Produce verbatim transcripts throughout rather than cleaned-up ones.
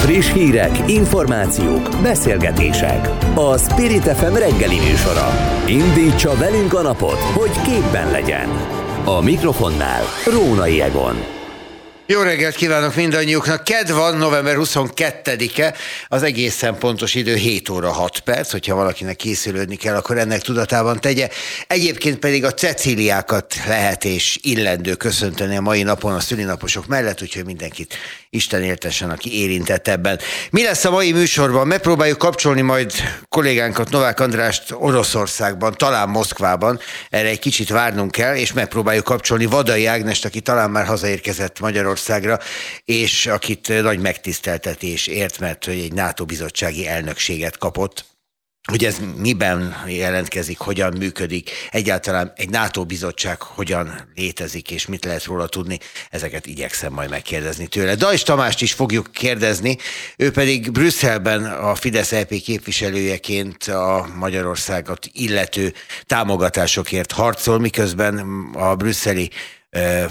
Friss hírek, információk, beszélgetések. A Spirit ef em reggeli műsora. Indítsa velünk a napot, hogy képben legyen. A mikrofonnál Rónai Egon. Jó reggelt kívánok mindannyiuknak! Kedd van, november huszonkettedike, az egészen pontos idő hét óra hat perc, hogyha valakinek készülődni kell, akkor ennek tudatában tegye. Egyébként pedig a Cecíliákat lehet és illendő köszönteni a mai napon a szülinaposok mellett, úgyhogy mindenkit Isten éltessen, aki érintett ebben. Mi lesz a mai műsorban? Megpróbáljuk kapcsolni majd kollégánkat, Novák Andrást Oroszországban, talán Moszkvában, erre egy kicsit várnunk kell, és megpróbáljuk kapcsolni Vadai Ágnest, aki talán már hazaérkezett Magyarországra, és akit nagy megtiszteltetés ért, mert egy NATO bizottsági elnökséget kapott. Hogy ez miben jelentkezik, hogyan működik, egyáltalán egy NATO bizottság hogyan létezik, és mit lehet róla tudni, ezeket igyekszem majd megkérdezni tőle. Dajs Tamást is fogjuk kérdezni, ő pedig Brüsszelben a Fidesz é pé képviselőjeként a Magyarországot illető támogatásokért harcol, miközben a brüsszeli eh,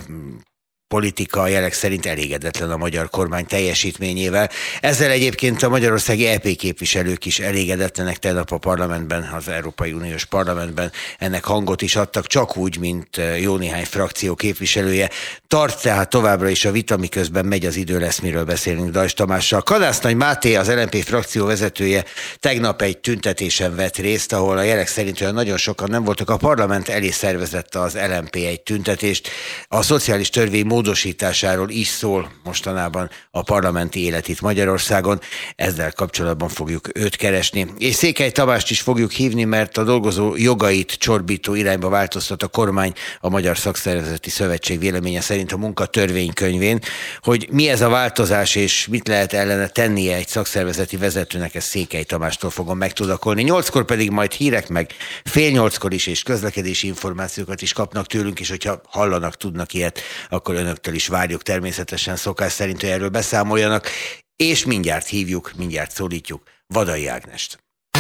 politika jelek szerint elégedetlen a magyar kormány teljesítményével. Ezzel egyébként a magyarországi é pé képviselők is elégedetlenek, tegnap a parlamentben, az Európai Uniós Parlamentben ennek hangot is adtak, csak úgy, mint jó néhány frakció képviselője. Tart tehát továbbra is a vita, miközben megy az idő, lesz miről beszélünk Dajs Tamással. Kadásznai Máté, az el en pé frakció vezetője tegnap egy tüntetésen vett részt, ahol a jelek szerint olyan nagyon sokan nem voltak. A parlament elé szervezett az el en pé egy tüntetést. A szociális törvény módosításáról is szól mostanában a parlamenti élet itt Magyarországon. Ezzel kapcsolatban fogjuk őt keresni. És Székely Tamást is fogjuk hívni, mert a dolgozó jogait csorbító irányba változtat a kormány a Magyar Szakszervezeti Szövetség véleménye szerint a munkatörvénykönyvén. Hogy mi ez a változás, és mit lehet ellene tennie egy szakszervezeti vezetőnek, ezt Székely Tamástól fogom megtudakolni. Nyolckor pedig majd hírek, meg fél nyolckor is, és közlekedési információkat is kapnak tőlünk, és hogyha hallanak, tudnak ilyet, akkor önöktől is várjuk természetesen szokás szerint, hogy erről beszámoljanak, és mindjárt hívjuk, mindjárt szólítjuk Vadai Ágnest.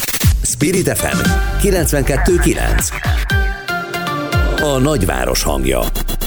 Spirit ef em kilencvenkettő kilenc. A nagyváros hangja.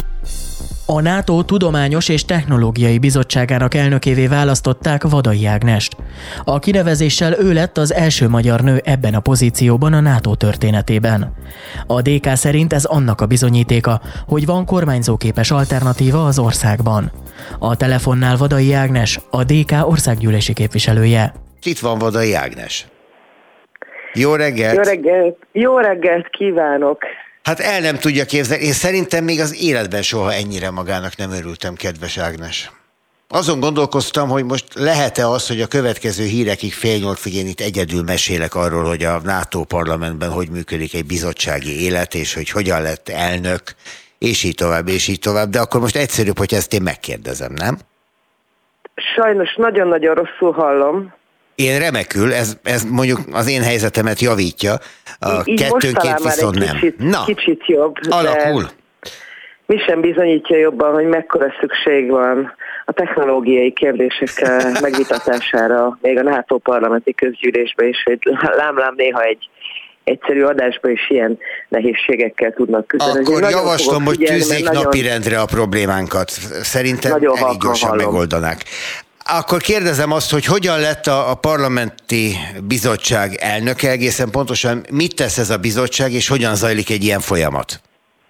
A NATO Tudományos és Technológiai Bizottságának elnökévé választották Vadai Ágnest. A kinevezéssel ő lett az első magyar nő ebben a pozícióban a NATO történetében. A dé ká szerint ez annak a bizonyítéka, hogy van kormányzóképes alternatíva az országban. A telefonnál Vadai Ágnes, a dé ká országgyűlési képviselője. Itt van Vadai Ágnes. Jó reggelt! Jó reggelt! Jó reggelt kívánok! Hát el nem tudja képzelni. Én szerintem még az életben soha ennyire magának nem örültem, kedves Ágnes. Azon gondolkoztam, hogy most lehet-e az, hogy a következő hírekig fél nyolcig én itt egyedül mesélek arról, hogy a NATO parlamentben hogy működik egy bizottsági élet, és hogy hogyan lett elnök, és így tovább, és így tovább. De akkor most egyszerűbb, hogy ezt én megkérdezem, nem? Sajnos nagyon-nagyon rosszul hallom. Én remekül, ez, ez mondjuk az én helyzetemet javítja, a így kettőnként viszont egy nem. Kicsit, Na, kicsit jobb. alakul. Mi sem bizonyítja jobban, hogy mekkora szükség van a technológiai kérdések megvitatására, még a NATO parlamenti közgyűlésben is, hogy lám-lám néha egy egyszerű adásban is ilyen nehézségekkel tudnak küzdeni. Akkor javaslom, hogy tűzzék nagyon... napirendre a problémánkat. Szerintem elég gyorsan hallom. Megoldanák. Akkor kérdezem azt, hogy hogyan lett a, a parlamenti bizottság elnöke, egészen pontosan mit tesz ez a bizottság, és hogyan zajlik egy ilyen folyamat?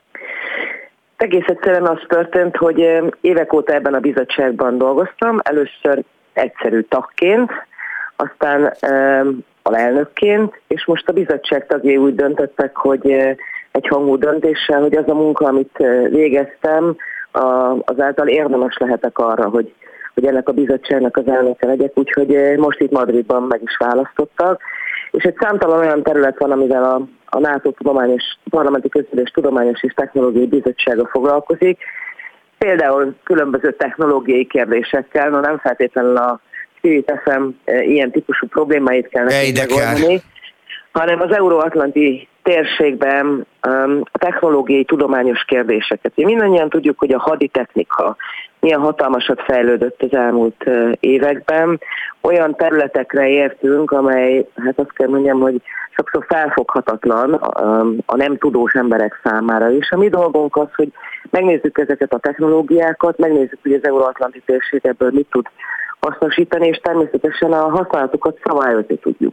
Egész egyszerűen az történt, hogy évek óta ebben a bizottságban dolgoztam, először egyszerű tagként, aztán alelnökként, és most a bizottság tagjai úgy döntöttek, hogy egy hangú döntéssel, hogy az a munka, amit végeztem, azáltal érdemes lehetek arra, hogy hogy ennek a bizottságnak az elnöke legyek, úgyhogy most itt Madridban meg is választottak. És egy számtalan olyan terület van, amivel a, a NATO tudományos, parlamenti közgyűlés tudományos és technológiai bizottsága foglalkozik. Például különböző technológiai kérdésekkel, no nem feltétlenül a Spirit ef em ilyen típusú problémáit kell nekünk megoldani, hanem az euróatlanti térségben um, a technológiai tudományos kérdéseket. Mi mindannyian tudjuk, hogy a haditechnika milyen hatalmasat fejlődött az elmúlt uh, években. Olyan területekre értünk, amely, hát azt kell mondjam, hogy sokszor felfoghatatlan um, a nem tudós emberek számára is. A mi dolgunk az, hogy megnézzük ezeket a technológiákat, megnézzük, hogy az euróatlanti térség ebből mit tud hasznosítani, és természetesen a használatukat szabályozni tudjuk.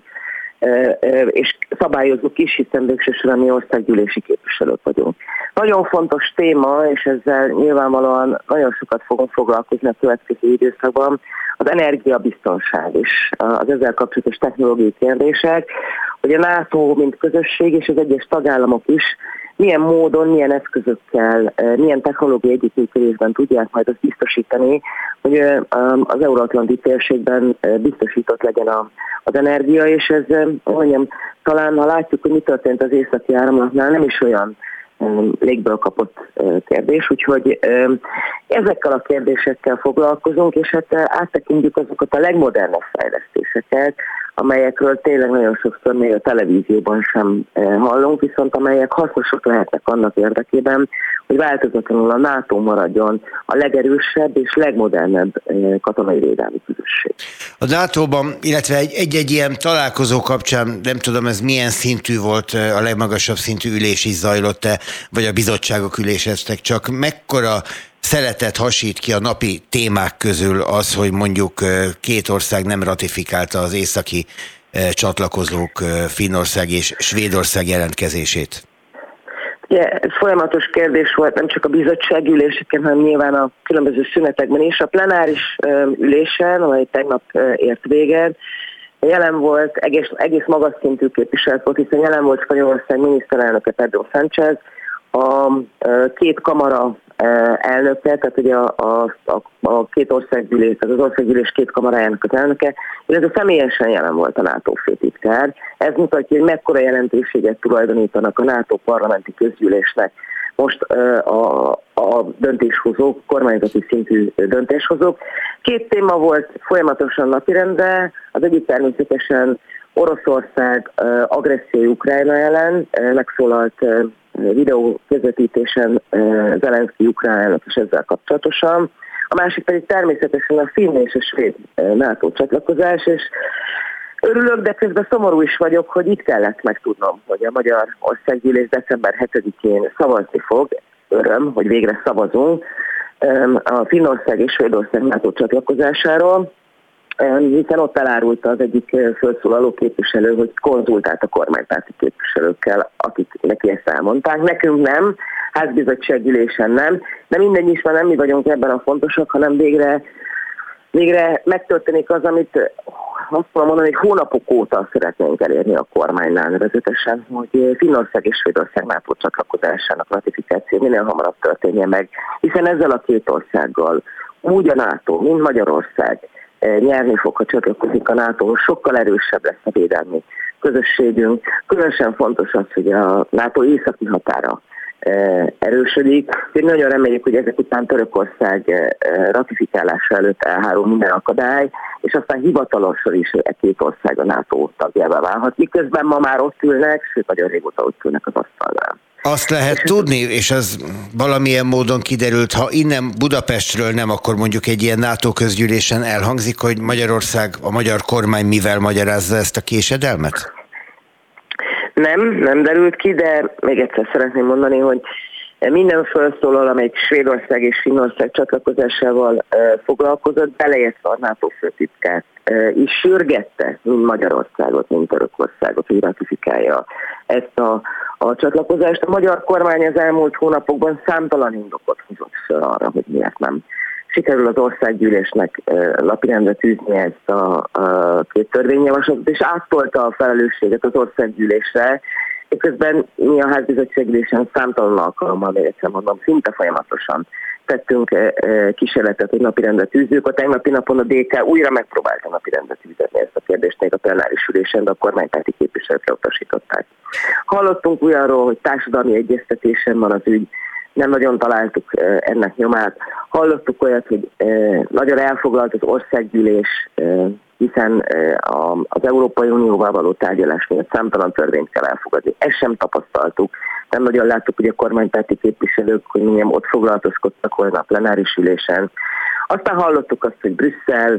És szabályozzuk is, hiszen végsősorban mi országgyűlési képviselők vagyunk. Nagyon fontos téma, és ezzel nyilvánvalóan nagyon sokat fogunk foglalkozni a következő időszakban, az energiabiztonság és az ezzel kapcsolatos technológiai kérdések, hogy a NATO, mint közösség és az egyes tagállamok is milyen módon, milyen eszközökkel, milyen technológiai együttműködésben tudják majd azt biztosítani, hogy az euróatlanti térségben biztosított legyen az energia, és ez, mondjam, talán ha látjuk, hogy mi történt az északi áramlatnál, nem is olyan légből kapott kérdés, úgyhogy ezekkel a kérdésekkel foglalkozunk, és hát áttekintjük azokat a legmodernebb fejlesztéseket, amelyekről tényleg nagyon sokszor még a televízióban sem hallunk, viszont amelyek hasznosak lehetnek annak érdekében, hogy változatlanul a NATO maradjon a legerősebb és legmodernebb katonai védelmi közösség. A nátóban, illetve egy-egy ilyen találkozó kapcsán, nem tudom, ez milyen szintű volt, a legmagasabb szintű ülés is zajlott-e, vagy a bizottságok üléseztek, csak mekkora szeletet hasít ki a napi témák közül az, hogy mondjuk két ország nem ratifikálta az északi csatlakozók, Finnország és Svédország jelentkezését? Ugye, ez folyamatos kérdés volt, nem csak a bizottsági üléseken, hanem nyilván a különböző szünetekben is. A plenáris ülésen, amely tegnap ért véget, jelen volt, egész, egész magas szintű képviselet volt, hiszen jelen volt Spanyolország miniszterelnöke Pedro Sánchez, a két kamara elnöke, tehát ugye a, a, a, a két országgyűlés, az országgyűlés két kamarájának az elnöke, illetve személyesen jelen volt a NATO főtitkár. Ez mutatja, hogy mekkora jelentőséget tulajdonítanak a NATO parlamenti közgyűlésnek most a, a döntéshozók, kormányzati szintű döntéshozók. Két téma volt folyamatosan napirendre, az egyik természetesen Oroszország agressziói Ukrajna ellen, megszólalt videó közvetítésen Zelenszky ukrán elnök is ezzel kapcsolatosan. A másik pedig természetesen a finn és a svéd NATO csatlakozás, és örülök, de közben szomorú is vagyok, hogy itt kellett megtudnom, hogy a Magyar Országgyűlés december hetedikén szavazni fog. Öröm, hogy végre szavazunk a Finnország és Svédország NATO csatlakozásáról, hiszen ott elárulta az egyik felszólaló képviselő, hogy konzultált a kormánypárti képviselőkkel, akik neki ezt elmondták. Nekünk nem, házbizottsággyűlésen nem, de mindegy is, mert nem mi vagyunk ebben a fontosak, hanem végre, végre megtörténik az, amit azt tudom mondani, hogy hónapok óta szeretnénk elérni a kormánynál nevezetesen, hogy Finnország és Svédország NATO csatlakozásának ratifikáció minél hamarabb történjen meg, hiszen ezzel a két országgal úgy a NATO, mint Magyarország nyerni fog, ha csatlakozik a NATO, sokkal erősebb lesz a védelmi közösségünk. Különösen fontos az, hogy a NATO északi határa erősödik. Én nagyon reméljük, hogy ezek után Törökország ratifikálása előtt elhárul minden akadály, és aztán hivatalosan is e két ország a NATO tagjává válhat. Miközben ma már ott ülnek, sőt nagyon régóta ott ülnek az asztalnál. Azt lehet tudni, és az valamilyen módon kiderült, ha innen Budapestről nem, akkor mondjuk egy ilyen NATO közgyűlésen elhangzik, hogy Magyarország, a magyar kormány mivel magyarázza ezt a késedelmet? Nem, nem derült ki, de még egyszer szeretném mondani, hogy minden felszólal, amelyik Svédország és Finnország csatlakozásával foglalkozott, beleértve a NATO főtitkát, is sürgette, mind Magyarországot, mind Törökországot, hogy ratifikálja ezt a, a csatlakozást. A magyar kormány az elmúlt hónapokban számtalan indokot hozott fel arra, hogy miért nem sikerül az országgyűlésnek napirendre tűzni ezt a, a két törvényjavaslatot, és áttolta a felelősséget az országgyűlésre, és közben mi a házbizottsággyűlésen számtalan alkalommal, még egyszer mondom, szinte folyamatosan tettünk kísérletet, hogy napirendre tűzzük. A tegnapi napon a dé ká újra megpróbálta napirendre tűzni ezt a kérdést még a plenáris ülésen, de a kormánypárti képviselők utasították. Hallottunk olyanról, hogy társadalmi egyeztetésen van az ügy, nem nagyon találtuk ennek nyomát. Hallottuk olyat, hogy nagyon elfoglalt az országgyűlés, hiszen az Európai Unióval való tárgyalás miatt számtalan törvényt kell elfogadni. Ezt sem tapasztaltuk. Nem nagyon láttuk, hogy a kormánypárti képviselők, hogy milyen ott foglalkozkodtak volna a plenáris ülésen. Aztán hallottuk azt, hogy Brüsszel,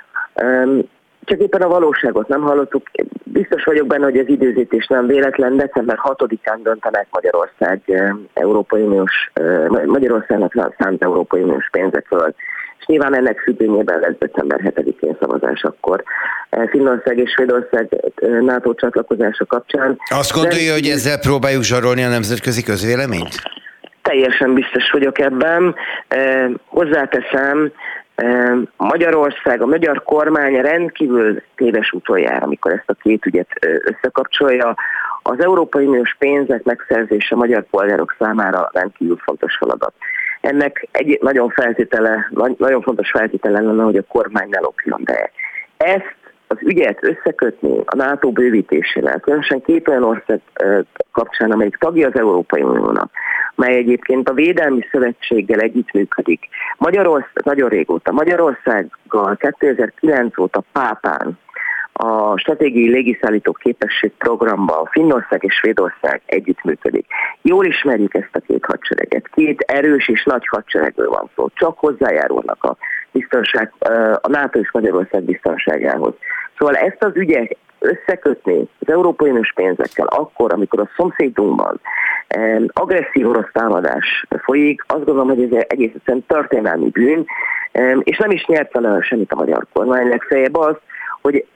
csak éppen a valóságot nem hallottuk. Biztos vagyok benne, hogy az időzítés nem véletlen. december hatodikán döntenek Magyarország Európai Uniós, Magyarországnak szánt Európai Uniós pénzekről. és nyilván ennek függvényében lesz december hetedikén szavazás akkor Finnország és Svédország NATO csatlakozása kapcsán. Azt gondolja, De... hogy ezzel próbáljuk zsarolni a nemzetközi közvéleményt? Teljesen biztos vagyok ebben. Eh, hozzáteszem, eh, Magyarország, a magyar kormány rendkívül téves úton jár, amikor ezt a két ügyet eh, összekapcsolja. Az Európai Uniós pénzek megszerzése magyar polgárok számára rendkívül fontos feladat. Ennek egy nagyon feltétele, nagyon fontos feltétele lenne, hogy a kormány ne lopjon, de ezt az ügyet összekötni a NATO bővítésével, különösen két olyan ország kapcsán, amelyik tagja az Európai Uniónak, mely egyébként a Védelmi Szövetséggel együttműködik. Magyarország nagyon régóta, Magyarországgal kétezer-kilenc óta Pápán a stratégiai légiszállító képesség programban Finnország és Svédország együttműködik. Jól ismerjük ezt a két hadsereget. Két erős és nagy hadseregről van szó. Csak hozzájárulnak a biztonság, a NATO és Magyarország biztonságához. Szóval ezt az ügyet összekötni az Európai Uniós pénzekkel akkor, amikor a szomszédunkban agresszív orosz támadás folyik, azt gondolom, hogy ez egész egyszerűen történelmi bűn, és nem is nyert vele semmit a magyar kormány. Legfeljebb az, hogy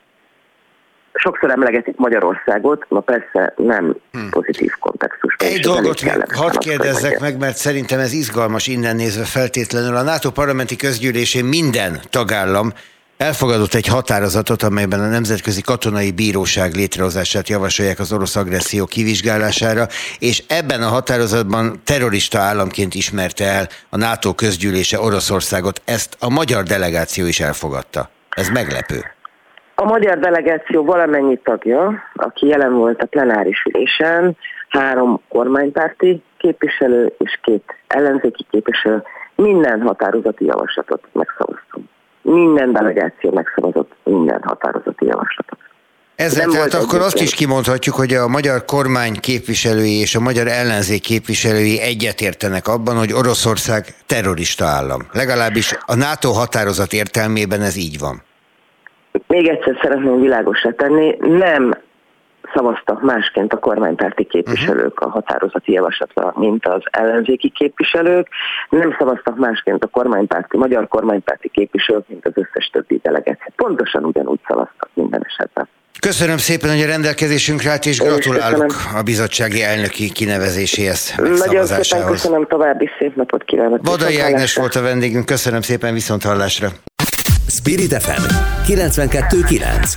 sokszor emlegetik Magyarországot, na persze nem hmm. pozitív kontextusban. Egy dolgot hadd kérdezzek meg, mert szerintem ez izgalmas innen nézve feltétlenül. A NATO parlamenti közgyűlésén minden tagállam elfogadott egy határozatot, amelyben a Nemzetközi Katonai Bíróság létrehozását javasolják az orosz agresszió kivizsgálására, és ebben a határozatban terrorista államként ismerte el a NATO közgyűlése Oroszországot. Ezt a magyar delegáció is elfogadta. Ez meglepő. A magyar delegáció valamennyi tagja, aki jelen volt a plenáris ülésen, három kormánypárti képviselő és két ellenzéki képviselő, minden határozati javaslatot megszavaztunk. Minden delegáció megszavazott minden határozati javaslatot. Ezzel tehát akkor azt is kimondhatjuk, hogy a magyar kormány képviselői és a magyar ellenzék képviselői egyetértenek abban, hogy Oroszország terrorista állam. Legalábbis a NATO határozat értelmében ez így van. Még egyszer szeretném világosra tenni, nem szavaztak másként a kormánypárti képviselők a határozati javaslatra, mint az ellenzéki képviselők, nem szavaztak másként a kormánypárti, magyar kormánypárti képviselők, mint az összes többi delegáció. Pontosan ugyanúgy szavaztak minden esetben. Köszönöm szépen, hogy a rendelkezésünkre állt, és gratulálok a bizottsági elnöki kinevezéséhez. Nagyon szépen köszönöm, további szép napot kívánok. Vadai Ágnes volt a vendégünk, köszönöm szépen, viszont hallásra. Spirit ef em kilencvenkettő kilenc.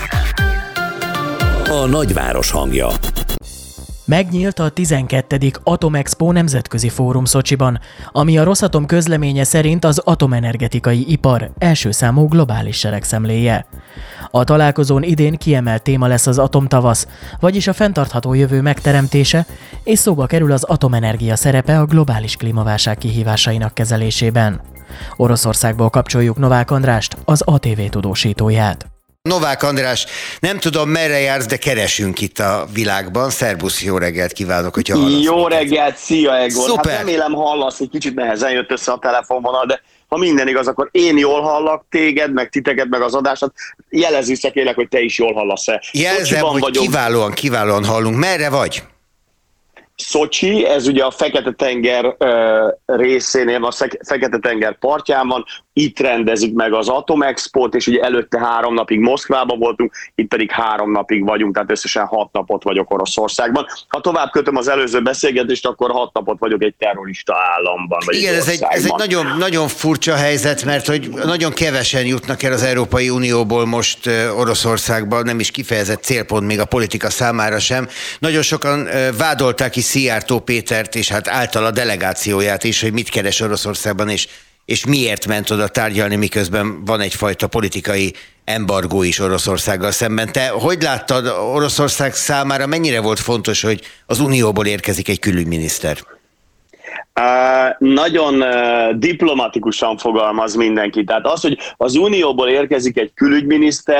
A nagyváros hangja. Megnyílt a tizenkettedik Atomexpo nemzetközi fórum Szocsiban, ami a Rosatom közleménye szerint az atomenergetikai ipar első számú globális seregszemléje. A találkozón idén kiemelt téma lesz az atomtavasz, vagyis a fenntartható jövő megteremtése, és szóba kerül az atomenergia szerepe a globális klímaválság kihívásainak kezelésében. Oroszországból kapcsoljuk Novák Andrást, az á té vé tudósítóját. Novák András, nem tudom merre jársz, de keresünk itt a világban. Szerbusz, jó reggelt kívánok, hogyha hallasz. Jó reggelt, szia Egor. Szuper. Hát remélem hallasz, egy kicsit nehezen jött össze a telefonvonal, de ha minden igaz, akkor én jól hallak téged, meg titeket, meg az adásat. Jelezzük, kérlek, hogy te is jól hallasz-e. Jelzem, hogy vagyok. kiválóan, kiválóan hallunk. Merre vagy? Szocsi, ez ugye a Fekete-tenger uh, részénél, a Fekete-tenger partján van, itt rendezik meg az Atomexpót, és ugye előtte három napig Moszkvában voltunk, itt pedig három napig vagyunk, tehát összesen hat napot vagyok Oroszországban. Ha tovább kötöm az előző beszélgetést, akkor hat napot vagyok egy terrorista államban. Vagy igen, ez egy, ez egy nagyon, nagyon furcsa helyzet, mert hogy nagyon kevesen jutnak el az Európai Unióból most Oroszországba, nem is kifejezett célpont még a politika számára sem. Nagyon sokan vádolták is Szijjártó Pétert, és hát által a delegációját is, hogy mit keres Oroszországban, és és miért ment oda tárgyalni, miközben van egyfajta politikai embargó is Oroszországgal szemben. Te hogy láttad, Oroszország számára mennyire volt fontos, hogy az Unióból érkezik egy külügyminiszter? Uh, nagyon uh, diplomatikusan fogalmaz mindenki. Tehát az, hogy az Unióból érkezik egy külügyminiszter,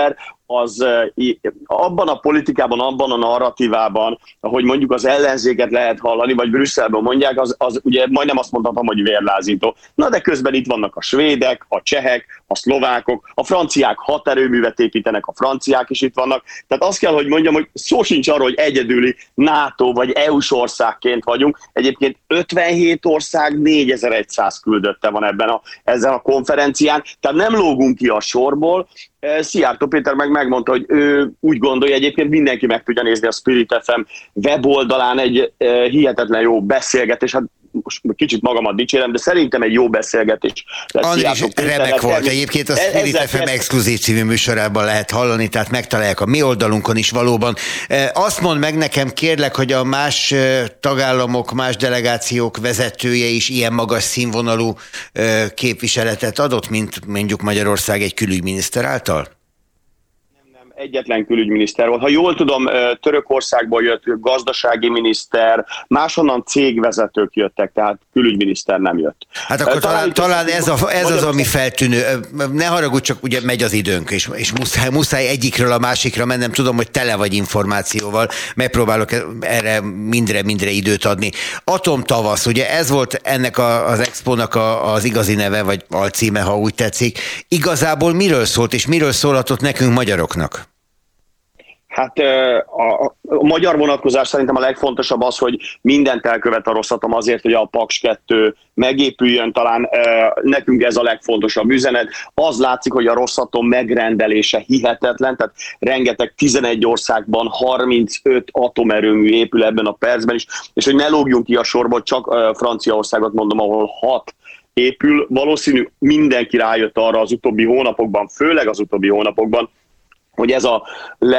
az abban a politikában, abban a narratívában, ahogy mondjuk az ellenzéket lehet hallani, vagy Brüsszelben mondják, az, az ugye majdnem azt mondhatom, hogy vérlázító. Na de közben itt vannak a svédek, a csehek, a szlovákok, a franciák hat erőművet építenek, a franciák is itt vannak. Tehát azt kell, hogy mondjam, hogy szó sincs arról, hogy egyedüli NATO vagy é u-s országként vagyunk. Egyébként ötvenhét ország négyezer-száz küldötte van ebben a, ezen a konferencián, tehát nem lógunk ki a sorból. Szijjártó Péter meg megmondta, hogy ő úgy gondolja, egyébként mindenki meg tudja nézni a Spirit ef em weboldalán egy hihetetlen jó beszélgetés, hát most kicsit magamat dicsérem, de szerintem egy jó beszélgetés. Andris remek volt. Egyébként a Spirit ef em exkluzív című műsorában lehet hallani, tehát megtalálják a mi oldalunkon is valóban. Azt mondd meg nekem, kérlek, hogy a más tagállamok, más delegációk vezetője is ilyen magas színvonalú képviseletet adott, mint mondjuk Magyarország egy külügyminiszter által? Egyetlen külügyminiszter volt. Ha jól tudom, Törökországból jött gazdasági miniszter, máshonnan cégvezetők jöttek, tehát külügyminiszter nem jött. Hát akkor talán, talán ez, a, ez az, ami feltűnő. Ne haragudj, csak ugye megy az időnk, és, és muszáj, muszáj egyikről a másikra mennem. Tudom, hogy tele vagy információval, megpróbálok erre mindre, mindre időt adni. Atomtavasz, ugye ez volt ennek a, az expónak a, az igazi neve, vagy alcíme, ha úgy tetszik. Igazából miről szólt, és miről szólhatott nekünk magyaroknak? Hát a, a magyar vonatkozás szerintem a legfontosabb az, hogy mindent elkövet a Rosatom azért, hogy a Paks kettő megépüljön, talán nekünk ez a legfontosabb üzenet. Az látszik, hogy a Rosatom megrendelése hihetetlen, tehát rengeteg tizenegy országban harmincöt atomerőmű épül ebben a percben is, és hogy ne lógjunk ki a sorból, csak Franciaországot mondom, ahol hat épül. Valószínű mindenki rájött arra az utóbbi hónapokban, főleg az utóbbi hónapokban, hogy ez a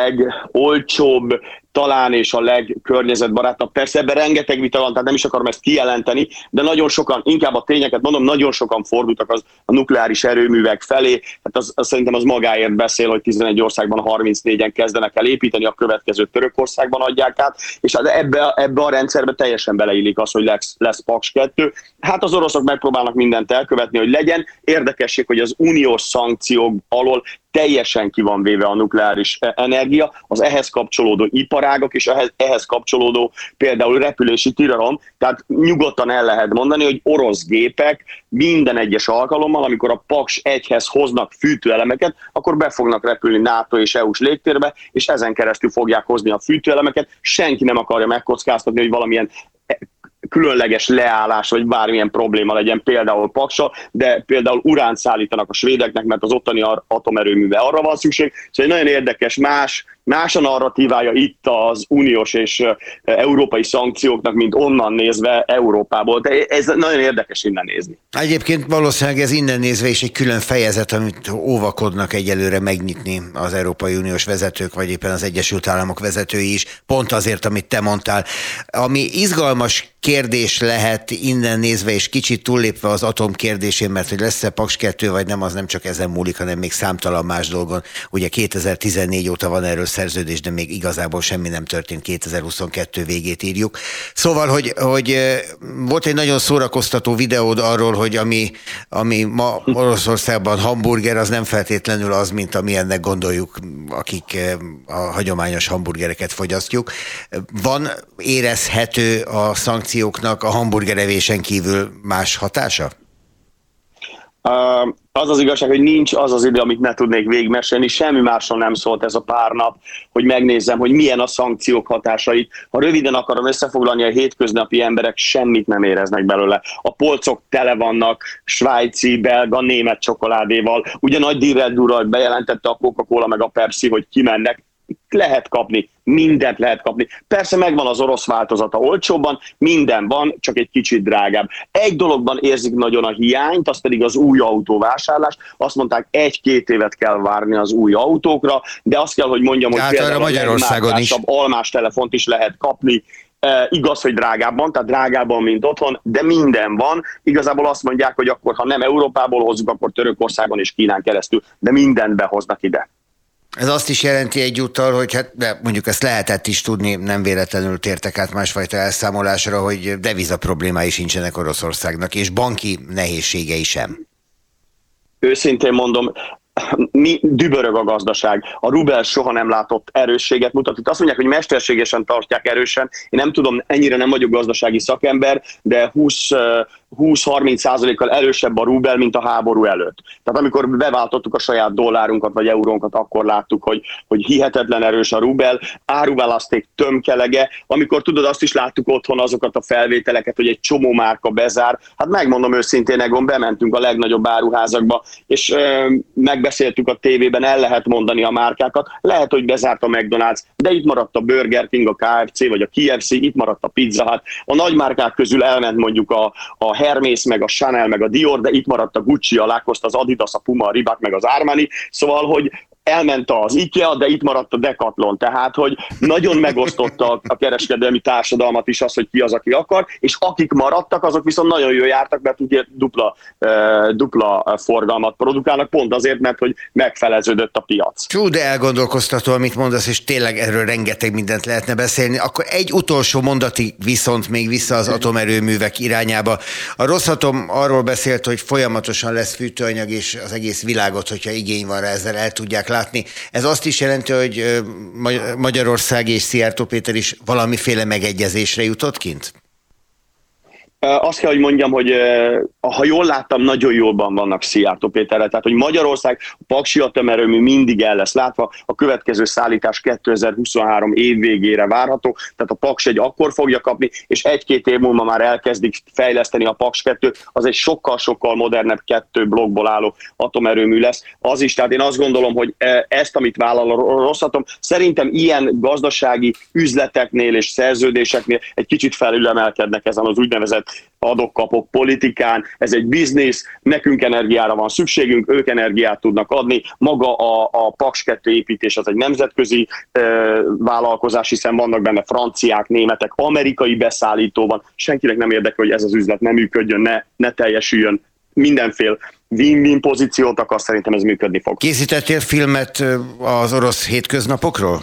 legolcsóbb, talán és a legkörnyezetbarátabb. Persze ebben rengeteg vita van, tehát nem is akarom ezt kijelenteni, de nagyon sokan, inkább a tényeket mondom, nagyon sokan fordultak az, a nukleáris erőművek felé. Hát az, az, szerintem az magáért beszél, hogy tizenegy országban harmincnégyen kezdenek el építeni, a következő Törökországban adják át, és ebbe, ebbe a rendszerbe teljesen beleillik az, hogy lesz, lesz Paks kettő. Hát az oroszok megpróbálnak mindent elkövetni, hogy legyen. Érdekesség, hogy az uniós szankciók alól teljesen ki van véve a nukleáris energia, az ehhez kapcsolódó iparágok és ehhez, ehhez kapcsolódó például repülési tilalom, tehát nyugodtan el lehet mondani, hogy orosz gépek minden egyes alkalommal, amikor a Paks egyhez hoznak fűtőelemeket, akkor be fognak repülni NATO és é u-s légtérbe, és ezen keresztül fogják hozni a fűtőelemeket. Senki nem akarja megkockáztatni, hogy valamilyen különleges leállás, vagy bármilyen probléma legyen például Paksal, de például uránt szállítanak a svédeknek, mert az ottani atomerőműve arra van szükség. Szóval egy nagyon érdekes, más, más a narratívája itt az uniós és európai szankcióknak, mint onnan nézve Európából. De ez nagyon érdekes innen nézni. Egyébként valószínűleg ez innen nézve is egy külön fejezet, amit óvakodnak egyelőre megnyitni az Európai Uniós vezetők, vagy éppen az Egyesült Államok vezetői is, pont azért, amit te mondtál. Ami izgalmas kérdés lehet innen nézve, és kicsit túllépve az atom kérdésén, mert hogy lesz-e Paks kettő, vagy nem, az nem csak ezen múlik, hanem még számtalan más dolgon. Ugye kétezer-tizennégy óta van erről szerződés, de még igazából semmi nem történt, kétezer-huszonkettő végét írjuk. Szóval, hogy, hogy volt egy nagyon szórakoztató videód arról, hogy ami, ami ma Oroszországban hamburger, az nem feltétlenül az, mint amilyennek gondoljuk, akik a hagyományos hamburgereket fogyasztjuk. Van érezhető a szankcióknak a hamburgerevésen kívül más hatása? Uh, az az igazság, hogy nincs az az idő, amit ne tudnék végigmesélni, semmi másról nem szólt ez a pár nap, hogy megnézzem, hogy milyen a szankciók hatásait. Ha röviden akarom összefoglalni, a hétköznapi emberek semmit nem éreznek belőle. A polcok tele vannak svájci, belga, német csokoládéval. Ugye nagy dirreddúrral bejelentette a Coca-Cola meg a Pepsi, hogy kimennek. Lehet kapni, mindent lehet kapni. Persze megvan az orosz változata olcsóbban, minden van, csak egy kicsit drágább. Egy dologban érzik nagyon a hiányt, az pedig az új autóvásárlás. Azt mondták, egy-két évet kell várni az új autókra, de azt kell, hogy mondjam, hogy hát például Magyarországon is almás telefont is lehet kapni. E, igaz, hogy drágábban, tehát drágábban, mint otthon, de minden van. Igazából azt mondják, hogy akkor, ha nem Európából hozzuk, akkor Törökországon és Kínán keresztül, de mindent behoznak ide. Ez azt is jelenti egyúttal, hogy hát, de mondjuk ezt lehetett is tudni, nem véletlenül tértek át másfajta elszámolásra, hogy deviza problémái sincsenek Oroszországnak, és banki nehézségei sem. Őszintén mondom, mi dübörög a gazdaság. A rubel soha nem látott erősséget mutat. Itt azt mondják, hogy mesterségesen tartják erősen. Én nem tudom, ennyire nem vagyok gazdasági szakember, de húsz-harminc százalékkal erősebb a rubel, mint a háború előtt. Tehát amikor beváltottuk a saját dollárunkat vagy eurónkat, akkor láttuk, hogy, hogy hihetetlen erős a rubel. Áruválaszték tömkelege. Amikor tudod, azt is láttuk otthon azokat a felvételeket, hogy egy csomó márka bezár. Hát megmondom őszintén, Egon, bementünk a legnagyobb áruházakba, és ö, megbeszéltük a tévében, el lehet mondani a márkákat. Lehet, hogy bezárt a McDonald's, de itt maradt a Burger King, a ká ef cé vagy a ká ef cé, itt maradt a Pizza Hut. A nagymárkák közül elment mondjuk a, a Hermes, meg a Chanel, meg a Dior, de itt maradt a Gucci, a Lacoste, az Adidas, a Puma, a Reebok, meg az Armani. Szóval, hogy elment az IKEA, de itt maradt a Decathlon, tehát, hogy nagyon megosztotta a kereskedelmi társadalmat is az, hogy ki az, aki akar, és akik maradtak, azok viszont nagyon jól jártak, mert ugye dupla, uh, dupla forgalmat produkálnak, pont azért, mert hogy megfeleződött a piac. Csú, de elgondolkoztató, amit mondasz, és tényleg erről rengeteg mindent lehetne beszélni. Akkor egy utolsó mondatig viszont még vissza az atomerőművek irányába. A Rosatom arról beszélt, hogy folyamatosan lesz fűtőanyag, és az egész világot, hogyha igény van rá, ezzel el tudják látni. Ez azt is jelenti, hogy Magyarország és Szijjártó Péter is valamiféle megegyezésre jutott kint? Azt kell, hogy mondjam, hogy ha jól láttam, nagyon jólban vannak Szijjártó Péterrel. Tehát, hogy Magyarország, a paksi atomerőmű mindig el lesz látva, a következő szállítás kétezer-huszonhárom év végére várható, tehát a Paks egy akkor fogja kapni, és egy-két év múlva már elkezdik fejleszteni a Paks kettő, az egy sokkal-sokkal modernebb kettő blokkból álló atomerőmű lesz. Az is, tehát én azt gondolom, hogy ezt, amit vállal a Rosatom, szerintem ilyen gazdasági üzleteknél és szerződéseknél egy kicsit felülemelkednek ezen az úgynevezett adok-kapok politikán, ez egy biznisz, nekünk energiára van szükségünk, ők energiát tudnak adni, maga a, a Paks kettő építés az egy nemzetközi e, vállalkozás, hiszen vannak benne franciák, németek, amerikai beszállító van, senkinek nem érdekel, hogy ez az üzlet nem működjön, ne, ne teljesüljön, mindenféle win-win pozíciót akar, szerintem ez működni fog. Készítettél filmet az orosz hétköznapokról?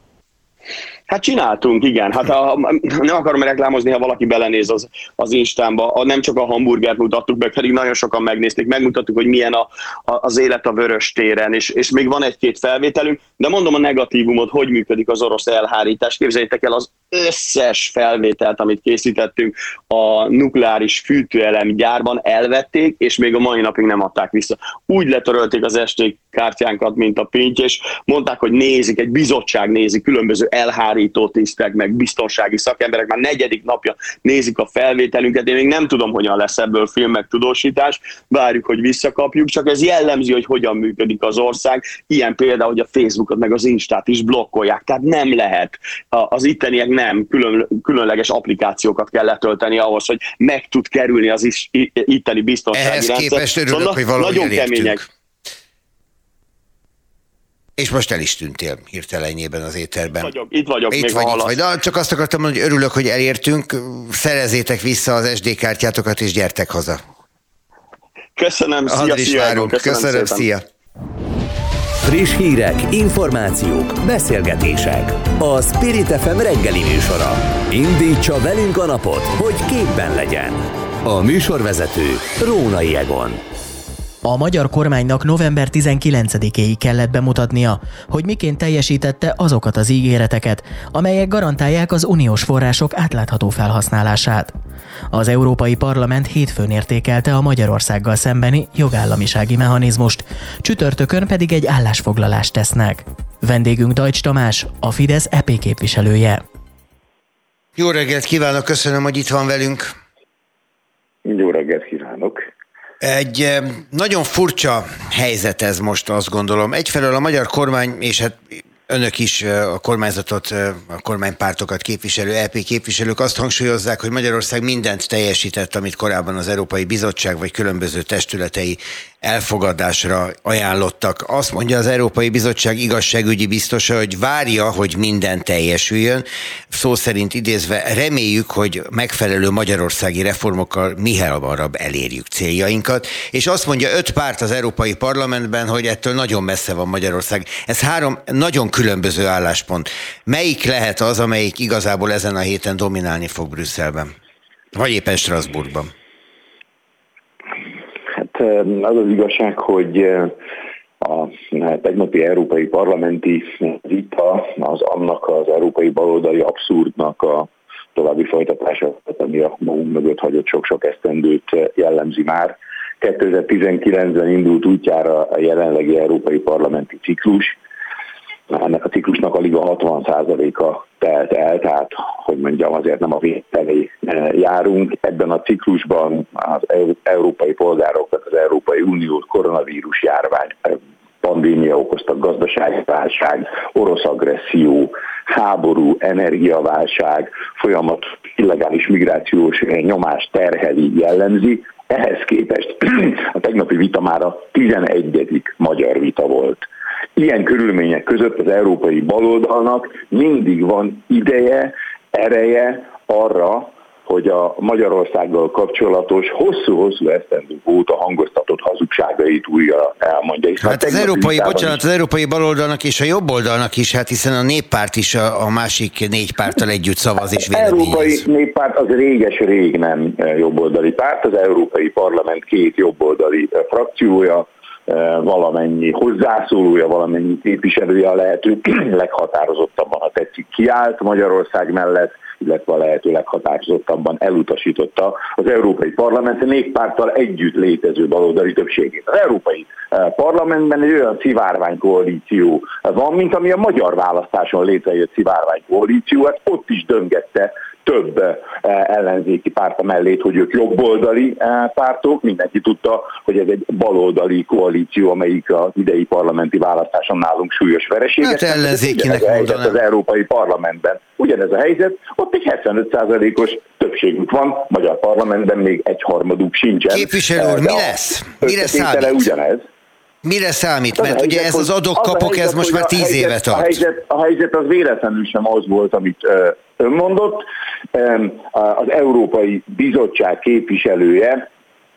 Hát csináltunk, igen. Hát a, nem akarom reklámozni, ha valaki belenéz az, az Instánba. Nem csak a hamburgert mutattuk be, pedig nagyon sokan megnézték. Megmutattuk, hogy milyen a, a, az élet a Vörös téren, és, és még van egy-két felvételünk, de mondom a negatívumot, hogy működik az orosz elhárítás. Képzeljétek el az összes felvételt, amit készítettünk a nukleáris fűtőelem gyárban, elvették, és még a mai napig nem adták vissza. Úgy letörölték az es dé kártyánkat, mint a pinty, és mondták, hogy nézik, egy bizottság nézi, különböző elhárító tisztek, meg biztonsági szakemberek, már negyedik napja nézik a felvételünket, én még nem tudom, hogyan lesz ebből film meg tudósítás, várjuk, hogy visszakapjuk, csak ez jellemzi, hogy hogyan működik az ország, ilyen például, hogy a Facebookot meg az Instát is blokkolják, tehát nem lehet. Az itteniek nem, külön, különleges applikációkat kell letölteni ahhoz, hogy meg tud kerülni az is, itteni biztonsági Ehhez rendszer. Ehhez képest örülök, szóval hogy valahogy nagyon elértünk. Kemények. És most el is tűntél hirtelenjében az éterben. Itt vagyok, itt vagyok itt még vagy, ha itt vagy. De csak azt akartam mondani, hogy örülök, hogy elértünk, szerezzétek vissza az es dé kártyátokat, és gyertek haza. Köszönöm, szia, szia, várunk. Köszönöm, Köszönöm szia. Friss hírek, információk, beszélgetések. A Spirit ef em reggeli műsora. Indítsa velünk a napot, hogy képben legyen. A műsorvezető Rónai Egon. A magyar kormánynak november tizenkilencedikéig kellett bemutatnia, hogy miként teljesítette azokat az ígéreteket, amelyek garantálják az uniós források átlátható felhasználását. Az Európai Parlament hétfőn értékelte a Magyarországgal szembeni jogállamisági mechanizmust, csütörtökön pedig egy állásfoglalást tesznek. Vendégünk Deutsch Tamás, a Fidesz é pé képviselője. Jó reggelt kívánok, köszönöm, hogy itt van velünk. Jó reggelt kívánok. Egy nagyon furcsa helyzet ez most, azt gondolom. Egyfelől a magyar kormány, és hát önök is a kormányzatot, a kormánypártokat képviselő, é pé képviselők azt hangsúlyozzák, hogy Magyarország mindent teljesített, amit korábban az Európai Bizottság vagy különböző testületei elfogadásra ajánlottak. Azt mondja az Európai Bizottság igazságügyi biztosa, hogy várja, hogy minden teljesüljön. Szó szerint idézve, reméljük, hogy megfelelő magyarországi reformokkal mihamarabb elérjük céljainkat. És azt mondja öt párt az Európai Parlamentben, hogy ettől nagyon messze van Magyarország. Ez három nagyon különböző álláspont. Melyik lehet az, amelyik igazából ezen a héten dominálni fog Brüsszelben? Vagy éppen Strasbourgban? Hát az az igazság, hogy A tegnapi európai parlamenti vita az annak az európai baloldali abszurdnak a további folytatása, ami a magunk mögött hagyott sok-sok esztendőt jellemzi már. kétezer-tizenkilencben indult útjára a jelenlegi európai parlamenti ciklus. Ennek a ciklusnak alig a hatvan százaléka telt el, tehát, hogy mondjam, azért nem a vég felé járunk. Ebben a ciklusban az európai polgárokat az Európai Unió koronavírus járvány, pandémia okozta gazdasági válság, orosz agresszió, háború, energiaválság, folyamat illegális migrációs nyomás terheli, jellemzi. Ehhez képest a tegnapi vita már a tizenegyedik magyar vita volt. Ilyen körülmények között az európai baloldalnak mindig van ideje, ereje arra, hogy a Magyarországgal kapcsolatos hosszú-hosszú esztendők óta hangoztatott hazugságait újra elmondja. Hát az európai, bocsánat, az európai baloldalnak és a jobb oldalnak is, hát hiszen a néppárt is a, a másik négy párttal együtt szavaz és véleményez. Az európai néppárt az réges-rég nem jobboldali párt, az Európai Parlament két jobboldali frakciója, valamennyi hozzászólója, valamennyi képviselője a lehető leghatározottabban, ha tetszik, kiállt Magyarország mellett, illetve a lehető leghatározottabban elutasította az Európai Parlament néppárttal együtt létező baloldali többségét. Az Európai Parlamentben egy olyan szivárványkoalíció van, mint ami a magyar választáson létrejött szivárványkoalíció, hát ott is döngette több ellenzéki párta mellét, hogy ők jobboldali pártok. Mindenki tudta, hogy ez egy baloldali koalíció, amelyik az idei parlamenti választáson nálunk súlyos vereséget. Hát ellenzékinek mondanám. Az Európai Parlamentben ugyanez a helyzet, ott egy hetvenöt százalékos többségük van, magyar parlamentben még egyharmaduk sincsen. Képviselő úr, mi lesz? Mire számít? Ugyanez. Mire számít? Mert ugye ez az adok-kapok, ez most már tíz éve tart. A helyzet, a helyzet az véletlenül sem az volt, amit ön mondott. Az Európai Bizottság képviselője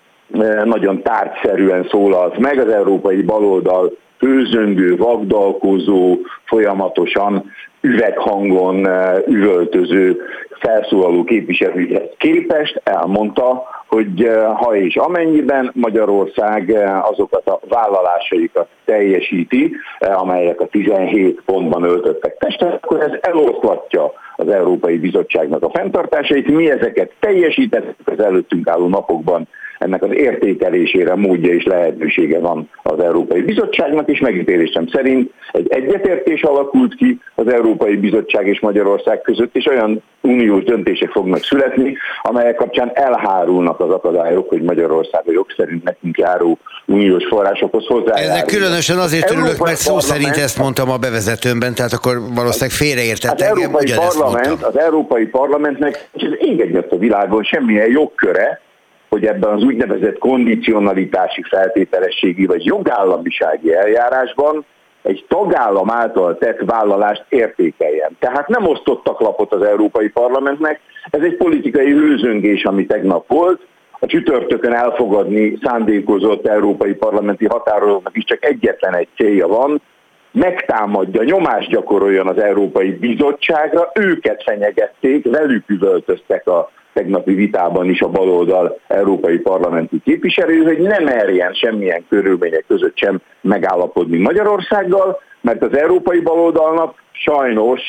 nagyon tárgyszerűen szólalt meg, az európai baloldal hőzöngő, vagdalkozó, folyamatosan üveghangon üvöltöző felszólaló képviselőhez képest elmondta, hogy ha és amennyiben Magyarország azokat a vállalásaikat teljesíti, amelyek a tizenhét pontban öltöttek testet, akkor ez eloszlatja az Európai Bizottságnak a fenntartásait. Mi ezeket teljesítettük az előttünk álló napokban, ennek az értékelésére módja és lehetősége van az Európai Bizottságnak, és megítélésem szerint egy egyetértés alakult ki az Európai Bizottság és Magyarország között, és olyan uniós döntések fognak születni, amelyek kapcsán elhárulnak az akadályok, hogy Magyarország a jog szerint nekünk járó uniós forrásokhoz hozzájárul. Ennek különösen azért örülök, mert szó szerint ezt mondtam a bevezetőmben, tehát akkor valószínűleg félreértett az engem, Európai Parlament, Az Európai Parlamentnek, és ez ég egyet a világon, semmilyen jogköre, hogy ebben az úgynevezett kondicionalitási feltételességi vagy jogállamisági eljárásban egy tagállam által tett vállalást értékeljen. Tehát nem osztottak lapot az Európai Parlamentnek, ez egy politikai hőzöngés, ami tegnap volt. A csütörtökön elfogadni szándékozott európai parlamenti határozatnak is csak egyetlen egy célja van, megtámadja, nyomást gyakoroljon az Európai Bizottságra, őket fenyegették, velük üvöltöztek a tegnapi vitában is a baloldal európai parlamenti képviselő, hogy ne merjen semmilyen körülmények között sem megállapodni Magyarországgal, mert az európai baloldalnak sajnos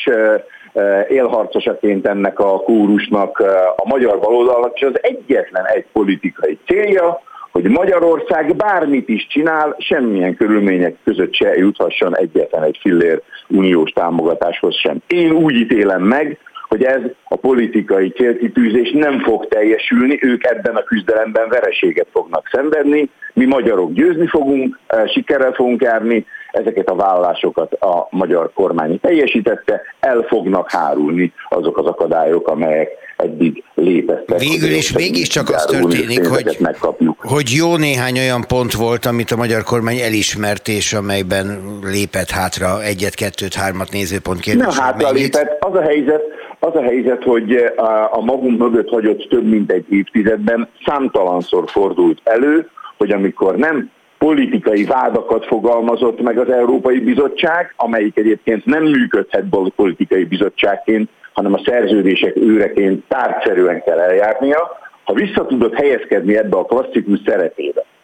élharcosaként ennek a kórusnak a magyar baloldalnak és az egyetlen egy politikai célja, hogy Magyarország bármit is csinál, semmilyen körülmények között se juthasson egyetlen egy fillér uniós támogatáshoz sem. Én úgy ítélem meg, hogy ez a politikai célkitűzés nem fog teljesülni, ők ebben a küzdelemben vereséget fognak szenvedni, mi magyarok győzni fogunk, sikerrel fogunk járni, ezeket a vállalásokat a magyar kormány teljesítette, el fognak hárulni azok az akadályok, amelyek eddig léteztek. Végül és mégiscsak az történik, hogy, hogy jó néhány olyan pont volt, amit a magyar kormány elismert, és amelyben lépett hátra egyet, kettőt, hármat nézőpont kérdés. Nem hátra lépett, az a helyzet, Az a helyzet, hogy a magunk mögött hagyott több mint egy évtizedben számtalanszor fordult elő, hogy amikor nem politikai vádakat fogalmazott meg az Európai Bizottság, amelyik egyébként nem működhet politikai bizottságként, hanem a szerződések őreként tárgyszerűen kell eljárnia, ha vissza tudott helyezkedni ebbe a klasszikus szerepébe,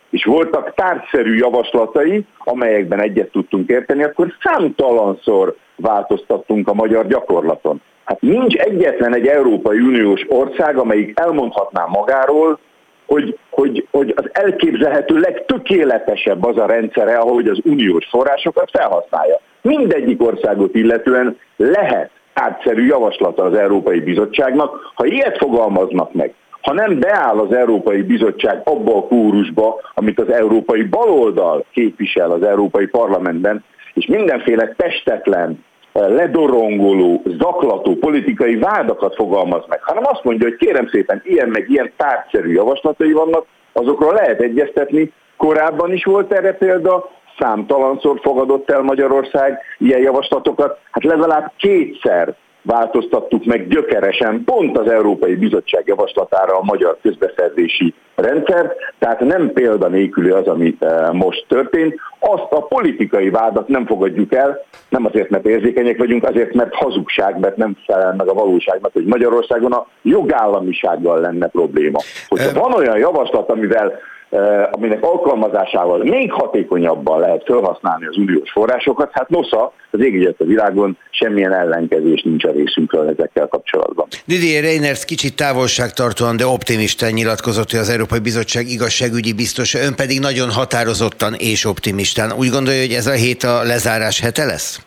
és voltak tárgyszerű javaslatai, amelyekben egyet tudtunk érteni, akkor számtalanszor változtattunk a magyar gyakorlaton. Hát nincs egyetlen egy Európai Uniós ország, amelyik elmondhatná magáról, hogy, hogy, hogy az elképzelhető legtökéletesebb az a rendszere, ahogy az uniós forrásokat felhasználja. Mindegyik országot illetően lehet tárgyszerű javaslata az Európai Bizottságnak, ha ilyet fogalmaznak meg, ha nem beáll az Európai Bizottság abba a kórusba, amit az európai baloldal képvisel az Európai Parlamentben, és mindenféle testetlen, ledorongoló, zaklató politikai vádakat fogalmaz meg, hanem azt mondja, hogy kérem szépen, ilyen meg ilyen tárgyszerű javaslatai vannak, azokról lehet egyeztetni. Korábban is volt erre példa, számtalanszor fogadott el Magyarország ilyen javaslatokat, hát legalább kétszer változtattuk meg gyökeresen pont az Európai Bizottság javaslatára a magyar közbeszerzési rendszer, tehát nem példa nélküli az, amit most történt. Azt a politikai vádat nem fogadjuk el, nem azért, mert érzékenyek vagyunk, azért, mert hazugság, mert nem felel meg a valóságnak, hogy Magyarországon a jogállamisággal lenne probléma. Hogyha van olyan javaslat, amivel aminek alkalmazásával még hatékonyabban lehet felhasználni az uniós forrásokat, hát nosza, az ég egyet a világon semmilyen ellenkezés nincs a részünkről ezekkel kapcsolatban. Didier Reynders kicsit távolságtartóan, de optimistán nyilatkozott, hogy az Európai Bizottság igazságügyi biztosa, ön pedig nagyon határozottan és optimistán. Úgy gondolja, hogy ez a hét a lezárás hete lesz?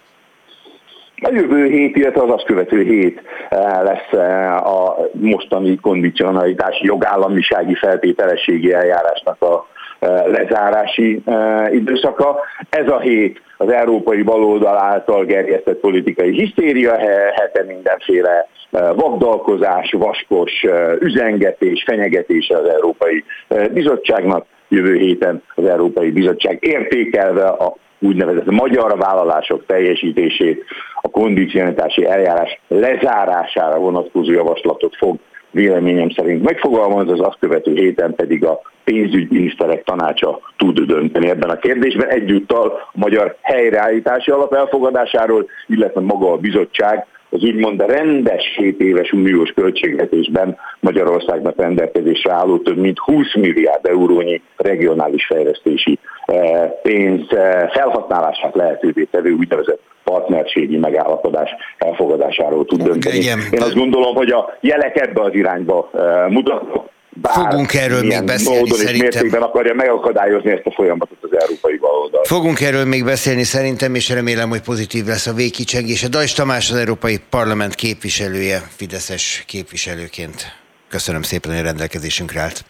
A jövő hét, illetve az azt követő hét lesz a mostani kondicionalitási jogállamisági feltételességi eljárásnak a lezárási időszaka. Ez a hét az európai baloldal által gerjesztett politikai hisztéria hete, mindenféle vagdalkozás, vaskos üzengetés, fenyegetése az Európai Bizottságnak. Jövő héten az Európai Bizottság értékelve a úgynevezett magyar vállalások teljesítését, a kondicionalitási eljárás lezárására vonatkozó javaslatot fog véleményem szerint megfogalmazni, az azt követő héten pedig a pénzügyminiszterek tanácsa tud dönteni ebben a kérdésben, egyúttal a magyar helyreállítási alap elfogadásáról, illetve maga a bizottság az úgymond rendes hét éves uniós költségvetésben Magyarországnak rendelkezésre álló több mint húsz milliárd eurónyi regionális fejlesztési pénz felhasználását lehetővé tevő úgynevezett partnerségi megállapodás elfogadásáról tud dönteni. Igen. Én azt gondolom, hogy a jelek ebbe az irányba mutatnak. Bár Fogunk erről még beszélni szerintem. Mértékben akarja megakadályozni ezt a folyamatot az európai baloldal. Fogunk erről még beszélni szerintem, és remélem, hogy pozitív lesz a végkicsengés. A Dajs Tamás, az Európai Parlament képviselője, fideszes képviselőként. Köszönöm szépen, hogy rendelkezésünkre állt.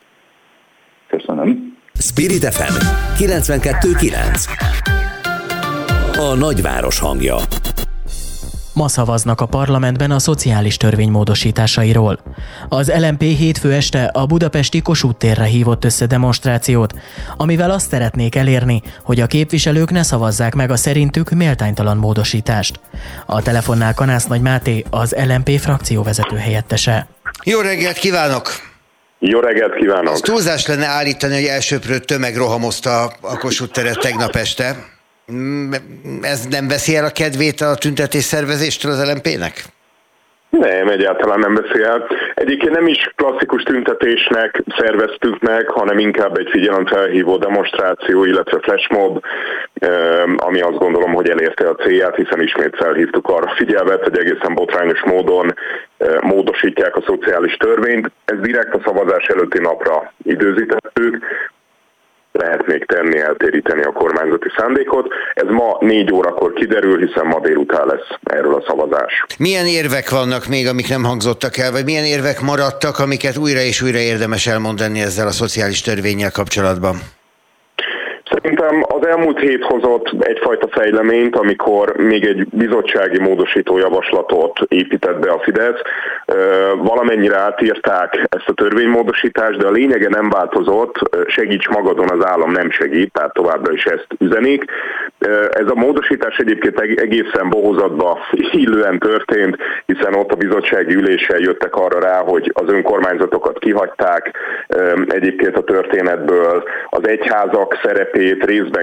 Köszönöm. Spirit ef em kilencvenkettő kilenc. A nagyváros hangja. Ma szavaznak a parlamentben a szociális törvény módosításairól. Az el em pé hétfő este a budapesti Kossuth térre hívott össze demonstrációt, amivel azt szeretnék elérni, hogy a képviselők ne szavazzák meg a szerintük méltánytalan módosítást. A telefonnál Kanász Nagy Máté, az el em pé frakcióvezető helyettese. Jó reggelt kívánok! Jó reggelt kívánok! Az túlzás lenne állítani, hogy elsőprő tömeg rohamozta a Kossuth teret tegnap este. Ez nem veszi el a kedvét a tüntetés szervezéstől az el em pének? Nem, egyáltalán nem veszi el. Egyébként nem is klasszikus tüntetésnek szerveztük meg, hanem inkább egy figyelemfelhívó demonstráció, illetve flashmob, ami azt gondolom, hogy elérte a célját, hiszen ismét felhívtuk arra figyelmet, hogy egészen botrányos módon módosítják a szociális törvényt. Ez direkt a szavazás előtti napra időzítettük. Lehet még tenni, eltéríteni a kormányzati szándékot. Ez ma négy órakor kiderül, hiszen ma délután lesz erről a szavazás. Milyen érvek vannak még, amik nem hangzottak el, vagy milyen érvek maradtak, amiket újra és újra érdemes elmondani ezzel a szociális törvénnyel kapcsolatban? Szerintem az elmúlt hét hozott egyfajta fejleményt, amikor még egy bizottsági módosító javaslatot épített be a Fidesz. Valamennyire átírták ezt a törvénymódosítást, de a lényege nem változott, segíts magadon, az állam nem segít, tehát továbbra is ezt üzenik. Ez a módosítás egyébként egészen bohózatba illően történt, hiszen ott a bizottsági üléssel jöttek arra rá, hogy az önkormányzatokat kihagyták egyébként a történetből, az egyházak szerepét részben